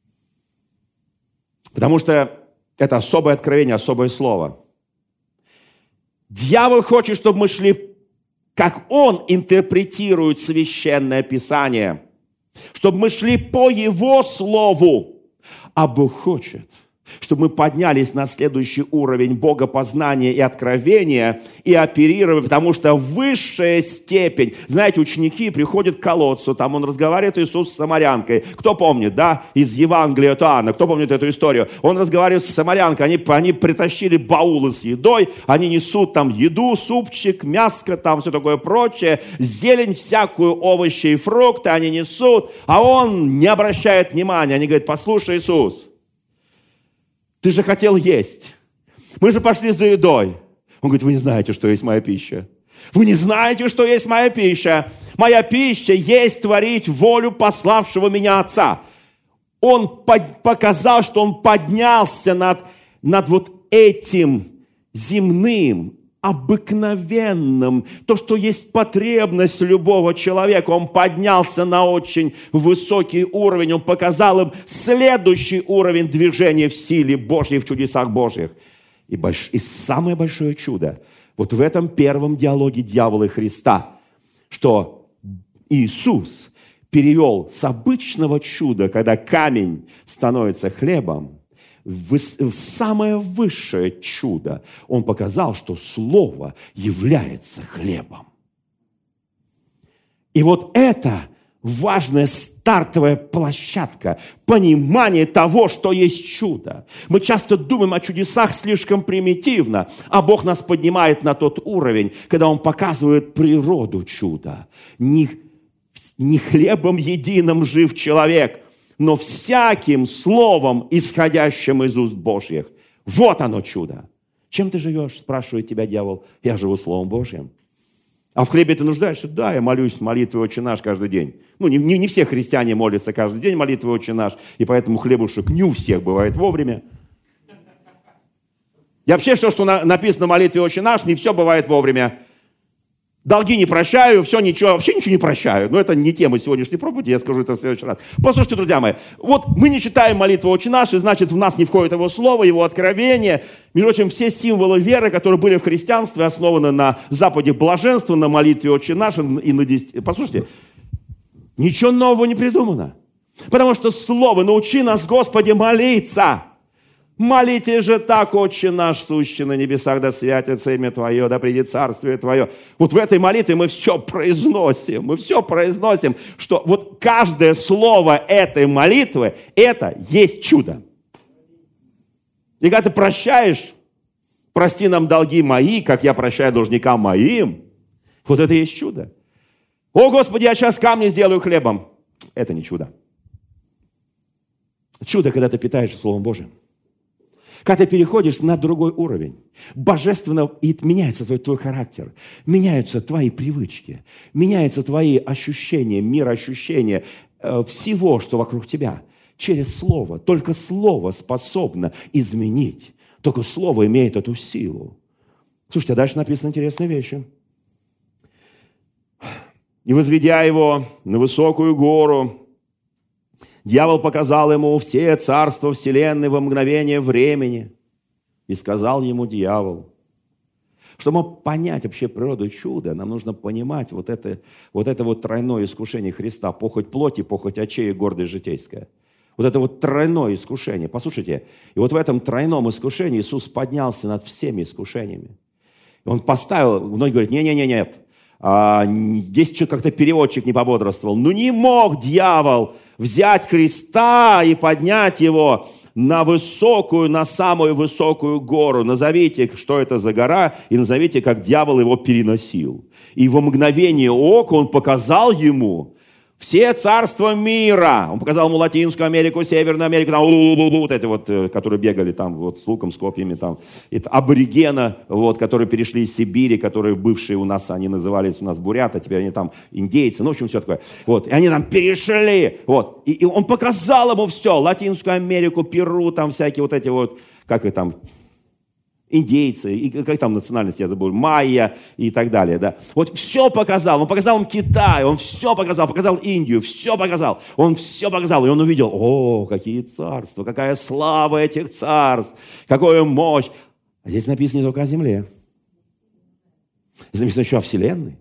Потому что это особое откровение, особое слово. Дьявол хочет, чтобы мы шли, как он интерпретирует Священное Писание, чтобы мы шли по его слову. А Бог хочет, чтобы мы поднялись на следующий уровень богопознания и откровения и оперировали, потому что высшая степень, знаете, ученики приходят к колодцу, там он разговаривает Иисус с самарянкой. Кто помнит, да, из Евангелия от Иоанна, кто помнит эту историю? Он разговаривает с самарянкой, они, они притащили баулы с едой, они несут там еду, супчик, мяско, там все такое прочее, зелень всякую, овощи и фрукты они несут, а он не обращает внимания, они говорят, послушай, Иисус, ты же хотел есть. Мы же пошли за едой. Он говорит, вы не знаете, что есть моя пища. Вы не знаете, что есть моя пища. Моя пища есть творить волю пославшего меня Отца. Он показал, что он поднялся над, над вот этим земным, обыкновенным, то, что есть потребность любого человека. Он поднялся на очень высокий уровень, он показал им следующий уровень движения в силе Божьей, в чудесах Божьих. И, больш... и самое большое чудо, вот в этом первом диалоге дьявола и Христа, что Иисус перевел с обычного чуда, когда камень становится хлебом, в, в самое высшее чудо. Он показал, что Слово является хлебом. И вот это важная стартовая площадка, понимание того, что есть чудо. Мы часто думаем о чудесах слишком примитивно, а Бог нас поднимает на тот уровень, когда Он показывает природу чуда. Не, не хлебом единым жив человек, но всяким словом, исходящим из уст Божьих. Вот оно чудо. Чем ты живешь, спрашивает тебя дьявол. Я живу Словом Божьим. А в хлебе ты нуждаешься? Да, я молюсь молитвой «Отче наш» каждый день. Ну, не, не, не все христиане молятся каждый день молитвой «Отче наш», и поэтому хлебушек не у всех бывает вовремя. И вообще все, что на, написано в молитве «Отче наш», не все бывает вовремя. Долги не прощаю, все ничего, вообще ничего не прощаю. Но это не тема сегодняшней проповеди, я скажу это в следующий раз. Послушайте, друзья мои, вот мы не читаем молитву «Отче наш», и значит, в нас не входит Его Слово, Его откровение. Между прочим, все символы веры, которые были в христианстве, основаны на заповеди блаженства, на молитве «Отче наш» и на десяти... Послушайте, ничего нового не придумано. Потому что Слово «Научи нас, Господи, молиться». Молите же так, Отче наш, сущий на небесах, да святится имя Твое, да придет царствие Твое. Вот в этой молитве мы все произносим, мы все произносим, что вот каждое слово этой молитвы, это есть чудо. И когда ты прощаешь, прости нам долги мои, как я прощаю должникам моим, вот это и есть чудо. О, Господи, я сейчас камни сделаю хлебом. Это не чудо. Чудо, когда ты питаешься Словом Божьим. Когда ты переходишь на другой уровень, божественно, и меняется твой, твой характер, меняются твои привычки, меняются твои ощущения, мироощущения э, всего, что вокруг тебя, через Слово. Только Слово способно изменить. Только Слово имеет эту силу. Слушайте, а дальше написаны интересные вещи. «И возведя его на высокую гору, дьявол показал ему все царства вселенной во мгновение времени. И сказал ему дьявол». Чтобы понять вообще природу чуда, нам нужно понимать вот это, вот это вот тройное искушение Христа. Похоть плоти, похоть очей и гордость житейская. Вот это вот тройное искушение. Послушайте, и вот в этом тройном искушении Иисус поднялся над всеми искушениями. Он поставил, многие говорят, не-не-не-нет, а, здесь что-то как-то переводчик не пободрствовал. Ну не мог дьявол взять Христа и поднять его на высокую, на самую высокую гору. Назовите, что это за гора, и назовите, как дьявол его переносил. И во мгновение ока он показал ему все царства мира. Он показал ему Латинскую Америку, Северную Америку, там, вот эти вот, которые бегали там вот с луком, с копьями, там, это аборигена, вот, которые перешли из Сибири, которые бывшие у нас, они назывались у нас буряты, теперь они там индейцы, ну, в общем, все такое. Вот, и они там перешли, вот, и, и он показал ему все, Латинскую Америку, Перу, там всякие вот эти вот, как и там, индейцы, и как там национальность, я забыл, майя и так далее, да. Вот все показал, он показал им Китай, он все показал, показал Индию, все показал, он все показал, и он увидел, о, какие царства, какая слава этих царств, какая мощь. А здесь написано не только о земле, здесь написано еще о вселенной.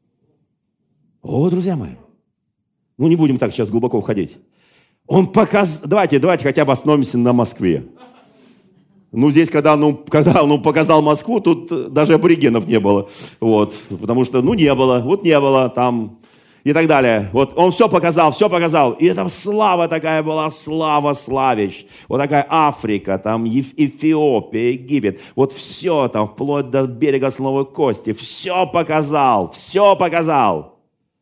О, друзья мои, ну не будем так сейчас глубоко входить. Он показал, давайте, давайте хотя бы остановимся на Москве. Ну, здесь, когда он, когда он показал Москву, тут даже аборигенов не было. Вот, потому что, ну, не было, вот не было там и так далее. Вот он все показал, все показал. И это слава такая была, слава славищ. Вот такая Африка, там Эфиопия, Египет. Вот все там, вплоть до берега Слоновой Кости. Все показал, все показал.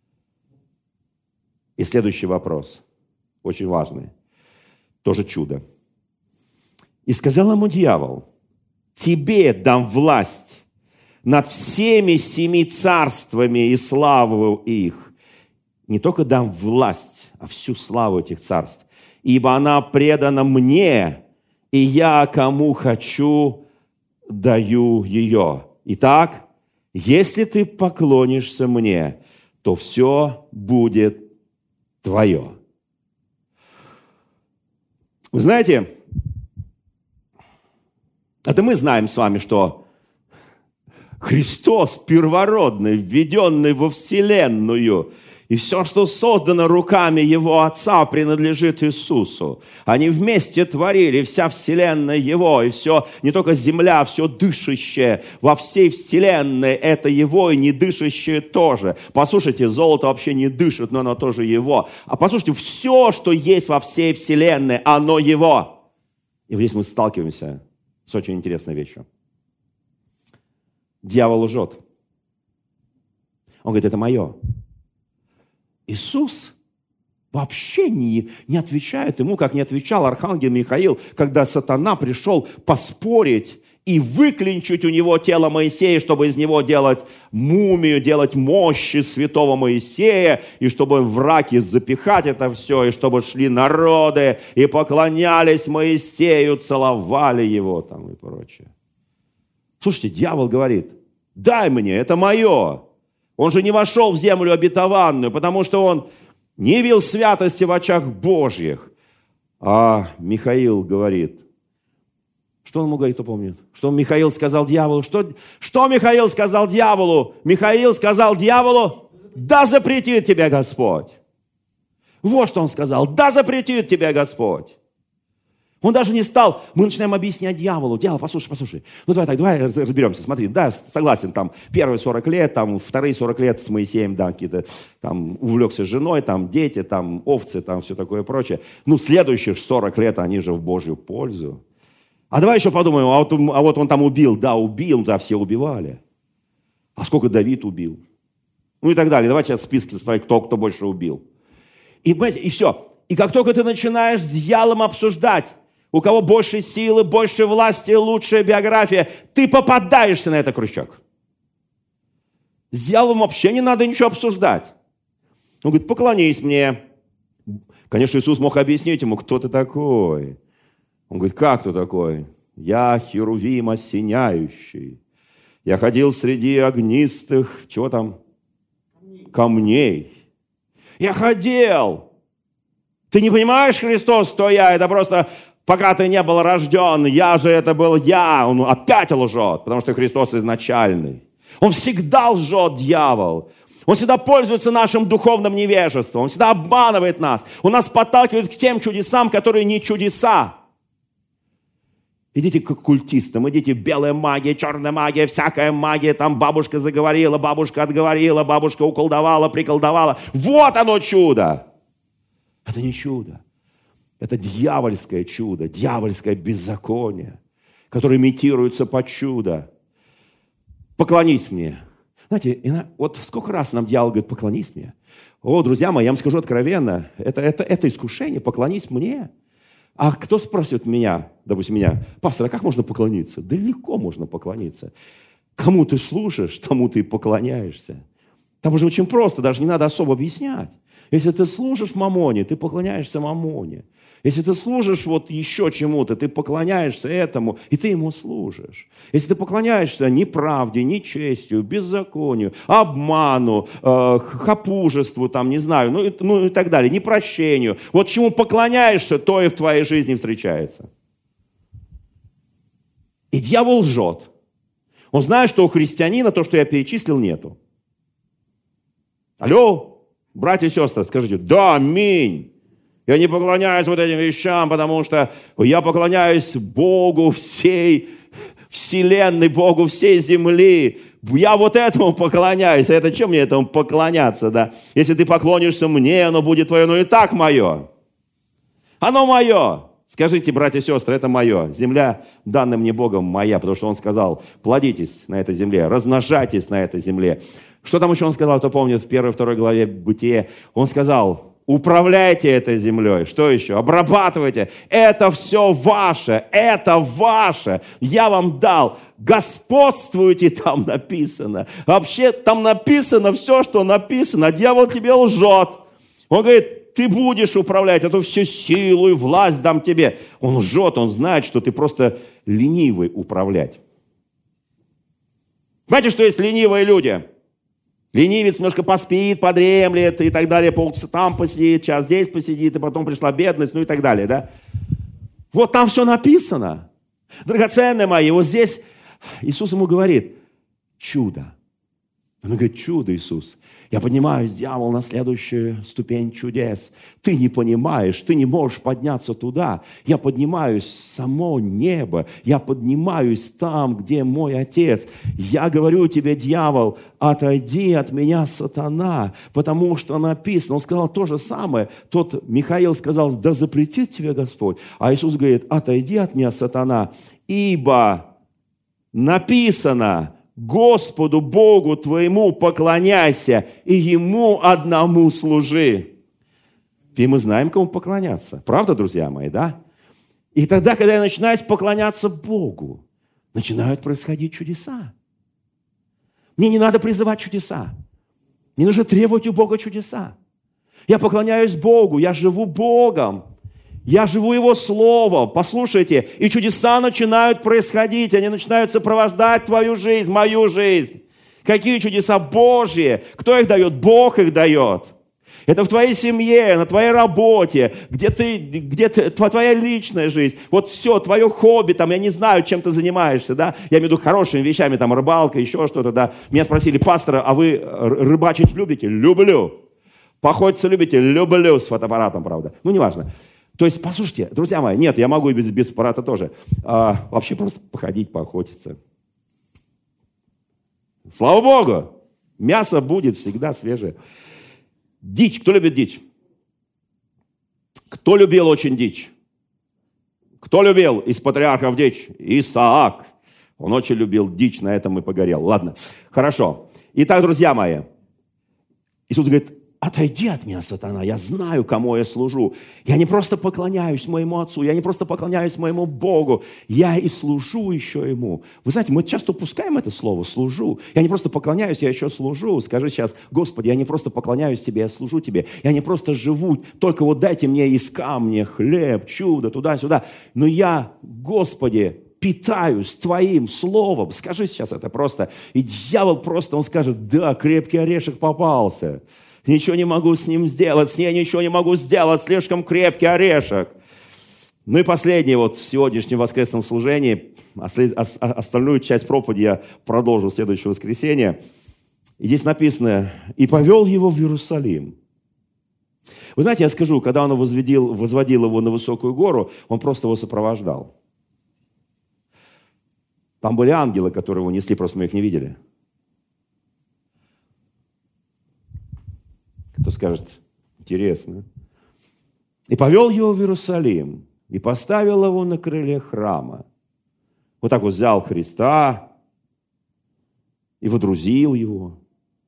И следующий вопрос, очень важный. Тоже чудо. И сказал ему дьявол, тебе дам власть над всеми семи царствами и славу их. Не только дам власть, а всю славу этих царств. Ибо она предана мне, и я кому хочу даю ее. Итак, если ты поклонишься мне, то все будет твое. Вы знаете, это мы знаем с вами, что Христос первородный, введенный во вселенную, И все, что создано руками Его Отца, принадлежит Иисусу. Они вместе творили, вся вселенная Его, и все, не только земля, все дышащее во всей вселенной, это Его, и не дышащее тоже. Послушайте, золото вообще не дышит, но оно тоже Его. А послушайте, все, что есть во всей вселенной, оно Его. И здесь мы сталкиваемся с очень интересной вещью. Дьявол лжет. Он говорит, это мое. Иисус вообще не, не отвечает ему, как не отвечал архангел Михаил, когда сатана пришел поспорить и выклинчить у него тело Моисея, чтобы из него делать мумию, делать мощи святого Моисея, и чтобы в раки запихать это все, и чтобы шли народы и поклонялись Моисею, целовали его там и прочее. Слушайте, дьявол говорит, дай мне, это мое. Он же не вошел в землю обетованную, потому что он не явил святости в очах Божьих. А Михаил говорит, что он ему говорит, кто помнит? Что Михаил сказал дьяволу? Что, что Михаил сказал дьяволу? Михаил сказал дьяволу, да запретит тебя Господь. Вот что он сказал, да запретит тебя Господь. Он даже не стал, мы начинаем объяснять дьяволу. Дьявол, послушай, послушай. Ну давай так, давай разберемся. Смотри, да, согласен, там первые сорок лет, там вторые сорок лет с Моисеем, да, какие-то там увлекся женой, там дети, там овцы, там все такое прочее. Ну, следующих сорок лет они же в Божью пользу. А давай еще подумаем, а вот, а вот он там убил, да, убил, да, все убивали. А сколько Давид убил? Ну и так далее. Давайте сейчас списки составить, кто, кто больше убил. И, понимаете, и все. И как только ты начинаешь с дьяволом обсуждать, у кого больше силы, больше власти, лучшая биография, ты попадаешься на этот крючок. С дьяволом вообще не надо ничего обсуждать. Он говорит, поклонись мне. Конечно, Иисус мог объяснить ему, кто ты такой. Он говорит, как ты такой? Я херувим осеняющий. Я ходил среди огнистых, чего там? Камней. Я ходил. Ты не понимаешь, Христос, кто я? Это просто... Пока ты не был рожден, я же это был я. Он опять лжет, потому что Христос изначальный. Он всегда лжет, дьявол. Он всегда пользуется нашим духовным невежеством. Он всегда обманывает нас. Он нас подталкивает к тем чудесам, которые не чудеса. Идите к культистам, идите белая магия, черная магия, всякая магия. Там бабушка заговорила, бабушка отговорила, бабушка уколдовала, приколдовала. Вот оно чудо. Это не чудо. Это дьявольское чудо, дьявольское беззаконие, которое имитируется под чудо. Поклонись мне. Знаете, вот сколько раз нам дьявол говорит, поклонись мне. О, друзья мои, я вам скажу откровенно, это, это, это искушение, поклонись мне. А кто спросит меня, допустим, меня, пастор, а как можно поклониться? Да легко можно поклониться. Кому ты слушаешь, тому ты и поклоняешься. Там уже очень просто, даже не надо особо объяснять. Если ты служишь мамоне, ты поклоняешься мамоне. Если ты служишь вот еще чему-то, ты поклоняешься этому, и ты ему служишь. Если ты поклоняешься неправде, нечестию, беззаконию, обману, э, хапужеству, там, не знаю, ну, ну и так далее, непрощению. Вот чему поклоняешься, то и в твоей жизни встречается. И дьявол лжет. Он знает, что у христианина то, что я перечислил, нету. Алло, братья и сестры, скажите, да, аминь. Я не поклоняюсь вот этим вещам, потому что я поклоняюсь Богу всей вселенной, Богу всей земли. Я вот этому поклоняюсь. А это чем мне этому поклоняться, да? Если ты поклонишься мне, оно будет твое, но и так мое. Оно мое. Скажите, братья и сестры, это мое. Земля, данная мне Богом, моя, потому что Он сказал, плодитесь на этой земле, размножайтесь на этой земле. Что там еще Он сказал, кто помнит, в первой, второй главе Бытия? Он сказал... Управляйте этой землей. Что еще? Обрабатывайте. Это все ваше. Это ваше. Я вам дал. Господствуйте, там написано. Вообще там написано все, что написано. А дьявол тебе лжет. Он говорит, ты будешь управлять. Эту всю силу и власть дам тебе. Он лжет. Он знает, что ты просто ленивый управлять. Знаете, что есть ленивые люди? Ленивец немножко поспит, подремлет и так далее, полчаса там посидит, час здесь посидит, и потом пришла бедность, ну и так далее, да? Вот там все написано. Драгоценные мои, вот здесь Иисус ему говорит, чудо. Он говорит, чудо, Иисус. Я поднимаюсь, дьявол, на следующую ступень чудес. Ты не понимаешь, ты не можешь подняться туда. Я поднимаюсь в само небо. Я поднимаюсь там, где мой Отец. Я говорю тебе, дьявол, отойди от меня, сатана, потому что написано. Он сказал то же самое. Тот Михаил сказал, да запретит тебе Господь. А Иисус говорит, отойди от меня, сатана, ибо написано, Господу Богу твоему поклоняйся и Ему одному служи. И мы знаем, кому поклоняться. Правда, друзья мои, да? И тогда, когда я начинаю поклоняться Богу, начинают происходить чудеса. Мне не надо призывать чудеса. Не нужно требовать у Бога чудеса. Я поклоняюсь Богу, я живу Богом. Я живу Его Словом, послушайте, и чудеса начинают происходить, они начинают сопровождать твою жизнь, мою жизнь. Какие чудеса Божьи? Кто их дает? Бог их дает. Это в твоей семье, на твоей работе, где ты, где ты, твоя личная жизнь. Вот все, твое хобби, там, я не знаю, чем ты занимаешься, да? Я имею в виду хорошими вещами, там, рыбалка, еще что-то, да? Меня спросили, пастора, а вы рыбачить любите? Люблю. Поохотиться любите? Люблю, с фотоаппаратом, правда. Ну, неважно. То есть, послушайте, друзья мои, нет, я могу и без, без аппарата тоже. А, вообще просто походить, поохотиться. Слава Богу! Мясо будет всегда свежее. Дичь. Кто любит дичь? Кто любил очень дичь? Кто любил из патриархов дичь? Исаак. Он очень любил дичь, на этом и погорел. Ладно, хорошо. Итак, друзья мои, Иисус говорит, отойди от меня, сатана, я знаю, кому я служу. Я не просто поклоняюсь моему Отцу, я не просто поклоняюсь моему Богу, я и служу еще Ему. Вы знаете, мы часто упускаем это слово «служу». Я не просто поклоняюсь, я еще служу. Скажи сейчас, Господи, я не просто поклоняюсь Тебе, я служу Тебе. Я не просто живу, только вот дайте мне из камня хлеб, чудо, туда-сюда. Но я, Господи, питаюсь Твоим Словом. Скажи сейчас это просто. И дьявол просто, он скажет, да, крепкий орешек попался. Ничего не могу с ним сделать, с ней ничего не могу сделать, слишком крепкий орешек. Ну и последнее, вот в сегодняшнем воскресном служении, остальную часть проповеди я продолжу в следующее воскресенье. И здесь написано, и повел его в Иерусалим. Вы знаете, я скажу, когда он возводил, возводил его на высокую гору, он просто его сопровождал. Там были ангелы, которые его несли, просто мы их не видели. Кто скажет, интересно. И повел его в Иерусалим, и поставил его на крыле храма. Вот так вот взял Христа и водрузил его.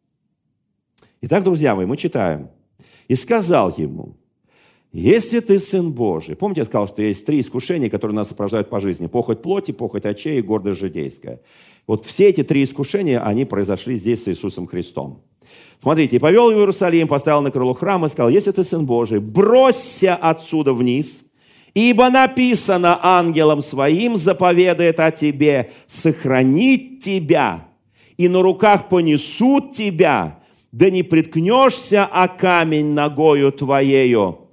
Итак, друзья мои, мы читаем. И сказал ему, если ты Сын Божий. Помните, я сказал, что есть три искушения, которые нас сопровождают по жизни. Похоть плоти, похоть очей и гордость житейская. Вот все эти три искушения, они произошли здесь с Иисусом Христом. Смотрите, и повел его в Иерусалим, поставил на крыло храма и сказал, если ты Сын Божий, бросься отсюда вниз, ибо написано ангелом своим заповедает о тебе сохранить тебя, и на руках понесут тебя, да не приткнешься о камень ногою твоею.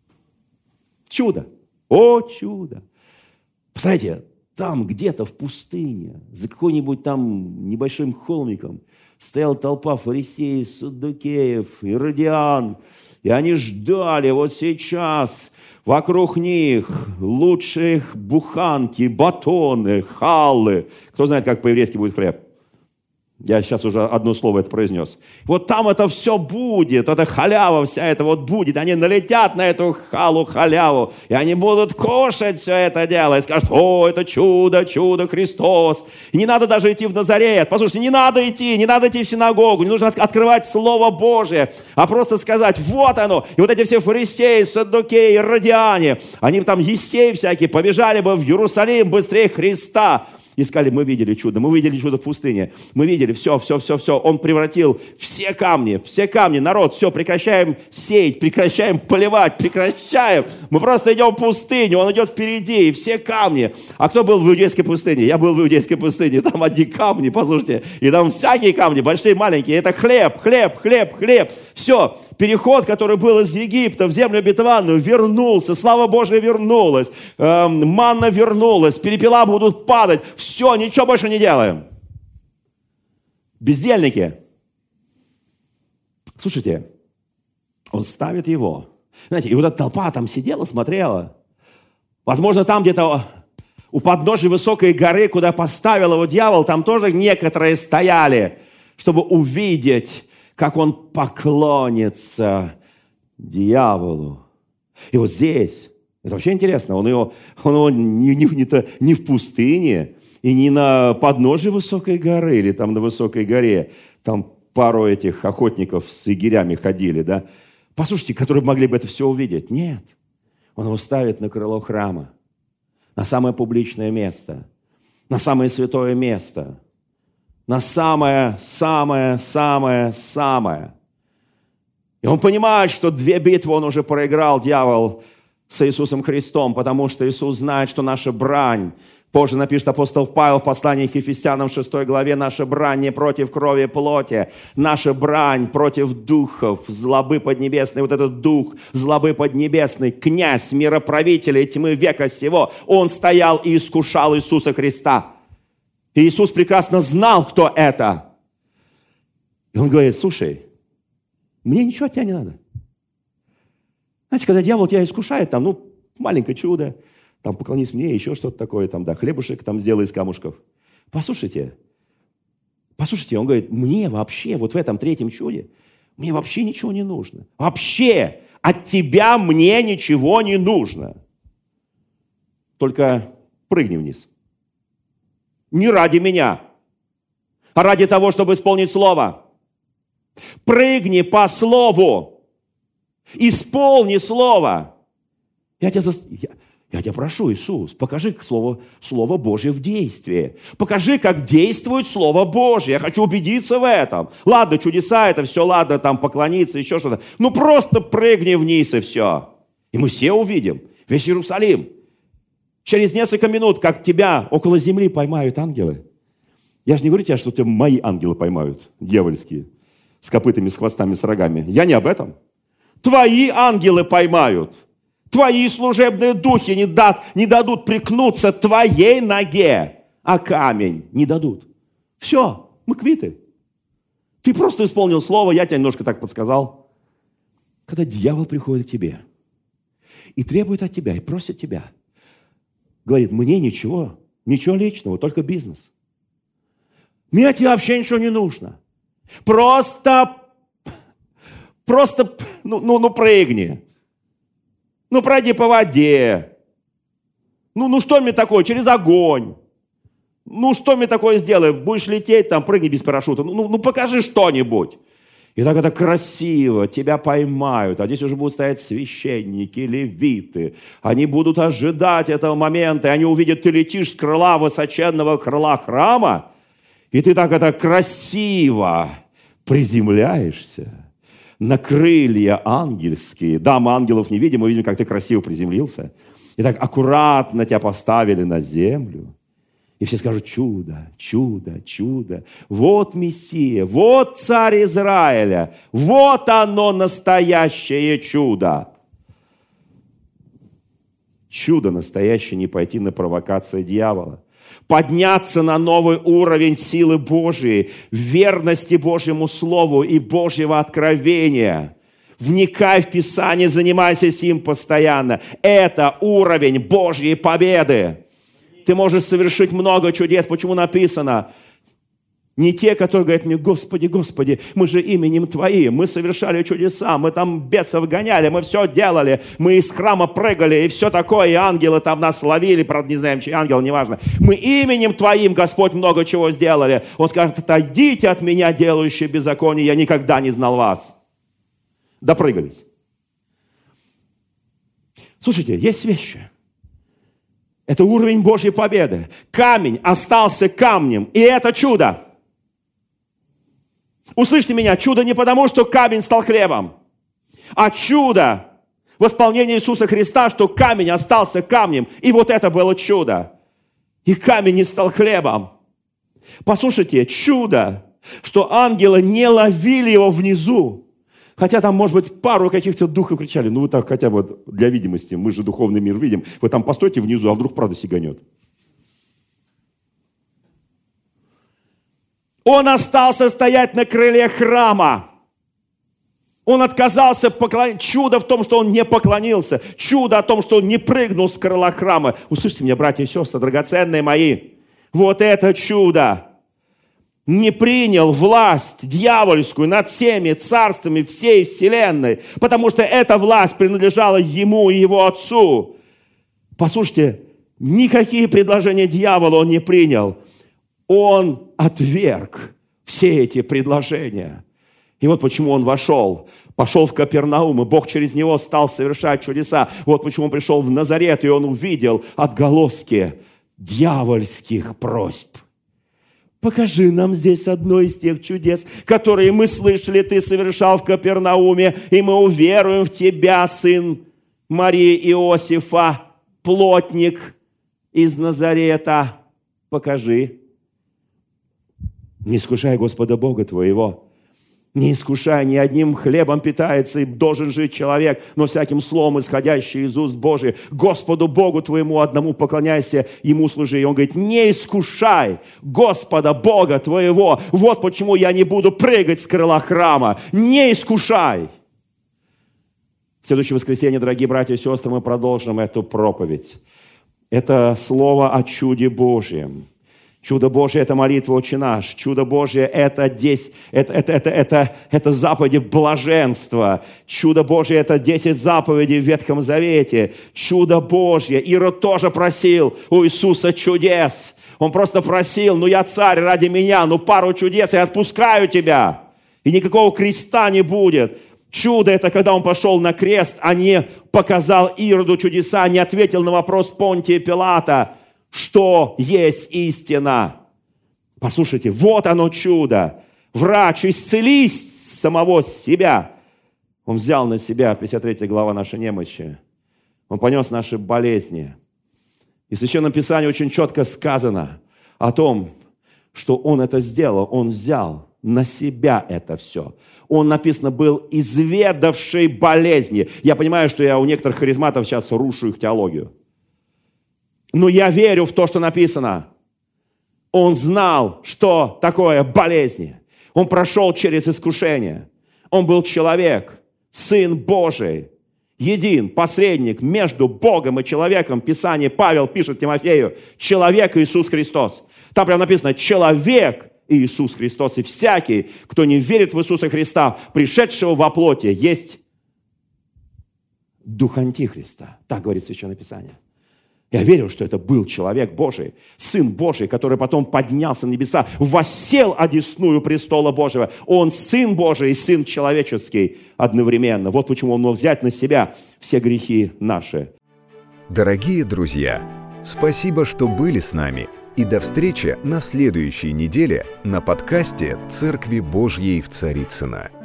Чудо! О, чудо! Представляете, там где-то в пустыне, за какой-нибудь там небольшим холмиком, стояла толпа фарисеев, саддукеев, иродиан, и они ждали вот сейчас вокруг них лучшие буханки, батоны, халлы. Кто знает, как по-еврейски будет хлеб? Я сейчас уже одно слово это произнес. Вот там это все будет, эта халява вся это вот будет. Они налетят на эту халу, халяву, и они будут кушать все это дело. И скажут, о, это чудо, чудо, Христос. И не надо даже идти в Назарет. Послушайте, не надо идти, не надо идти в синагогу, не нужно открывать Слово Божие, а просто сказать, вот оно. И вот эти все фарисеи, саддукеи, иродиане, они там есеи всякие, побежали бы в Иерусалим быстрее Христа. И сказали, мы видели чудо, мы видели чудо в пустыне, мы видели все, все, все, все. Он превратил все камни, все камни, народ, все, прекращаем сеять, прекращаем поливать, прекращаем. Мы просто идем в пустыню, он идет впереди, и все камни. А кто был в иудейской пустыне? Я был в иудейской пустыне, там одни камни, послушайте, и там всякие камни, большие, маленькие. Это хлеб, хлеб, хлеб, хлеб. Все, переход, который был из Египта в землю обетованную, вернулся, слава Божия вернулась, эм, манна вернулась, перепела будут падать. Все, ничего больше не делаем. Бездельники. Слушайте, он ставит его. Знаете, и вот эта толпа там сидела, смотрела. Возможно, там где-то у подножия высокой горы, куда поставил его дьявол, там тоже некоторые стояли, чтобы увидеть, как он поклонится дьяволу. И вот здесь, это вообще интересно, он его, он его не, не, не, не в пустыне и не на подножии высокой горы или там на высокой горе, там пару этих охотников с егерями ходили, да, послушайте, которые могли бы это все увидеть. Нет, он его ставит на крыло храма, на самое публичное место, на самое святое место, на самое, самое, самое, самое. И он понимает, что две битвы он уже проиграл, дьявол, с Иисусом Христом, потому что Иисус знает, что наша брань, позже напишет апостол Павел в послании к Ефесянам в шестой главе, наша брань не против крови и плоти, наша брань против духов, злобы поднебесной. Вот этот дух злобы поднебесной, князь мироправителей тьмы века сего, он стоял и искушал Иисуса Христа. И Иисус прекрасно знал, кто это. И он говорит: слушай, мне ничего от тебя не надо. Знаете, когда дьявол тебя искушает, там, ну, маленькое чудо, там, поклонись мне, еще что-то такое, там, да, хлебушек там сделай из камушков. Послушайте, послушайте, он говорит, мне вообще, вот в этом третьем чуде, мне вообще ничего не нужно. Вообще от тебя мне ничего не нужно. Только прыгни вниз. Не ради меня, а ради того, чтобы исполнить слово. Прыгни по слову. Исполни слово. Я тебя, за... я, я тебя прошу, Иисус, покажи слово, слово Божье в действии. Покажи, как действует Слово Божье. Я хочу убедиться в этом. Ладно, чудеса, это все, ладно, там поклониться, еще что-то. Ну просто прыгни вниз и все. И мы все увидим. Весь Иерусалим. Через несколько минут, как тебя около земли поймают ангелы. Я же не говорю тебе, что тебя мои ангелы поймают, дьявольские, с копытами, с хвостами, с рогами. Я не об этом. Твои ангелы поймают. Твои служебные духи не, дад, не дадут прикнуться твоей ноге, а камень не дадут. Все, мы квиты. Ты просто исполнил слово, я тебе немножко так подсказал. Когда дьявол приходит к тебе и требует от тебя, и просит тебя, говорит, мне ничего, ничего личного, только бизнес. Мне от тебя вообще ничего не нужно. Просто... Просто, ну, ну, ну прыгни. Ну, пройди по воде. Ну, ну, что мне такое? Через огонь. Ну, что мне такое сделай? Будешь лететь, там, прыгни без парашюта. Ну, ну, покажи что-нибудь. И так это красиво, тебя поймают. А здесь уже будут стоять священники, левиты. Они будут ожидать этого момента, и они увидят, ты летишь с крыла высоченного крыла храма, и ты так это красиво приземляешься на крылья ангельские. Да, мы ангелов не видим, мы видим, как ты красиво приземлился. И так аккуратно тебя поставили на землю. И все скажут, чудо, чудо, чудо. Вот Мессия, вот царь Израиля. Вот оно настоящее чудо. Чудо настоящее не пойти на провокацию дьявола. Подняться на новый уровень силы Божией, верности Божьему Слову и Божьего откровения. Вникай в Писание, занимайся им постоянно. Это уровень Божьей победы. Ты можешь совершить много чудес. Почему написано? Не те, которые говорят мне, Господи, Господи, мы же именем Твоим, мы совершали чудеса, мы там бесов гоняли, мы все делали, мы из храма прыгали и все такое, и ангелы там нас ловили, правда, не знаем, чей ангел, неважно. Мы именем Твоим, Господь, много чего сделали. Он скажет, отойдите от меня, делающие беззаконие, я никогда не знал вас. Допрыгались. Слушайте, есть вещи. Это уровень Божьей победы. Камень остался камнем, и это чудо. Услышьте меня, чудо не потому, что камень стал хлебом, а чудо в исполнении Иисуса Христа, что камень остался камнем. И вот это было чудо. И камень не стал хлебом. Послушайте, чудо, что ангелы не ловили его внизу. Хотя там, может быть, пару каких-то духов кричали. Ну, вы так хотя бы для видимости, мы же духовный мир видим. Вы там постойте внизу, а вдруг правда сиганет. Он остался стоять на крыле храма. Он отказался поклониться. Чудо в том, что он не поклонился. Чудо о том, что он не прыгнул с крыла храма. Услышьте меня, братья и сестры, драгоценные мои. Вот это чудо. Не принял власть дьявольскую над всеми царствами всей вселенной, потому что эта власть принадлежала ему и его отцу. Послушайте, никакие предложения дьявола он не принял. Он отверг все эти предложения. И вот почему он вошел, пошел в Капернаум, и Бог через него стал совершать чудеса. Вот почему он пришел в Назарет, и он увидел отголоски дьявольских просьб. Покажи нам здесь одно из тех чудес, которые мы слышали, ты совершал в Капернауме, и мы уверуем в тебя, сын Марии Иосифа, плотник из Назарета. Покажи. Не искушай Господа Бога твоего. Не искушай, ни одним хлебом питается, и должен жить человек, но всяким словом, исходящим из уст Божьих. Господу Богу твоему одному поклоняйся, Ему служи. И он говорит, не искушай Господа Бога твоего. Вот почему я не буду прыгать с крыла храма. Не искушай. В следующее воскресенье, дорогие братья и сестры, мы продолжим эту проповедь. Это слово о чуде Божьем. Чудо Божье – это молитва «Отче наш». Чудо Божье – это, десять, это, это, это, это, это заповеди блаженства. Чудо Божье – это десять заповедей в Ветхом Завете. Чудо Божье. Ирод тоже просил у Иисуса чудес. Он просто просил, ну я царь ради меня, ну пару чудес, я отпускаю тебя. И никакого креста не будет. Чудо – это когда он пошел на крест, а не показал Ироду чудеса, не ответил на вопрос Понтия Пилата, что есть истина. Послушайте, вот оно чудо. Врач, исцелись самого себя. Он взял на себя, пятьдесят третья глава, наши немощи. Он понес наши болезни. И в Священном Писании очень четко сказано о том, что Он это сделал. Он взял на себя это все. Он, написано, был изведавший болезни. Я понимаю, что я у некоторых харизматов сейчас рушу их теологию. Но я верю в то, что написано. Он знал, что такое болезни. Он прошел через искушение. Он был человек, Сын Божий, един, посредник между Богом и человеком. Писание Павел пишет Тимофею, человек Иисус Христос. Там прямо написано, человек Иисус Христос. И всякий, кто не верит в Иисуса Христа, пришедшего во плоти, есть дух Антихриста. Так говорит Священное Писание. Я верю, что это был человек Божий, Сын Божий, который потом поднялся на небеса, воссел одесную престола Божьего. Он Сын Божий и Сын человеческий одновременно. Вот почему Он мог взять на себя все грехи наши. Дорогие друзья, спасибо, что были с нами. И до встречи на следующей неделе на подкасте «Церкви Божьей в Царицыно».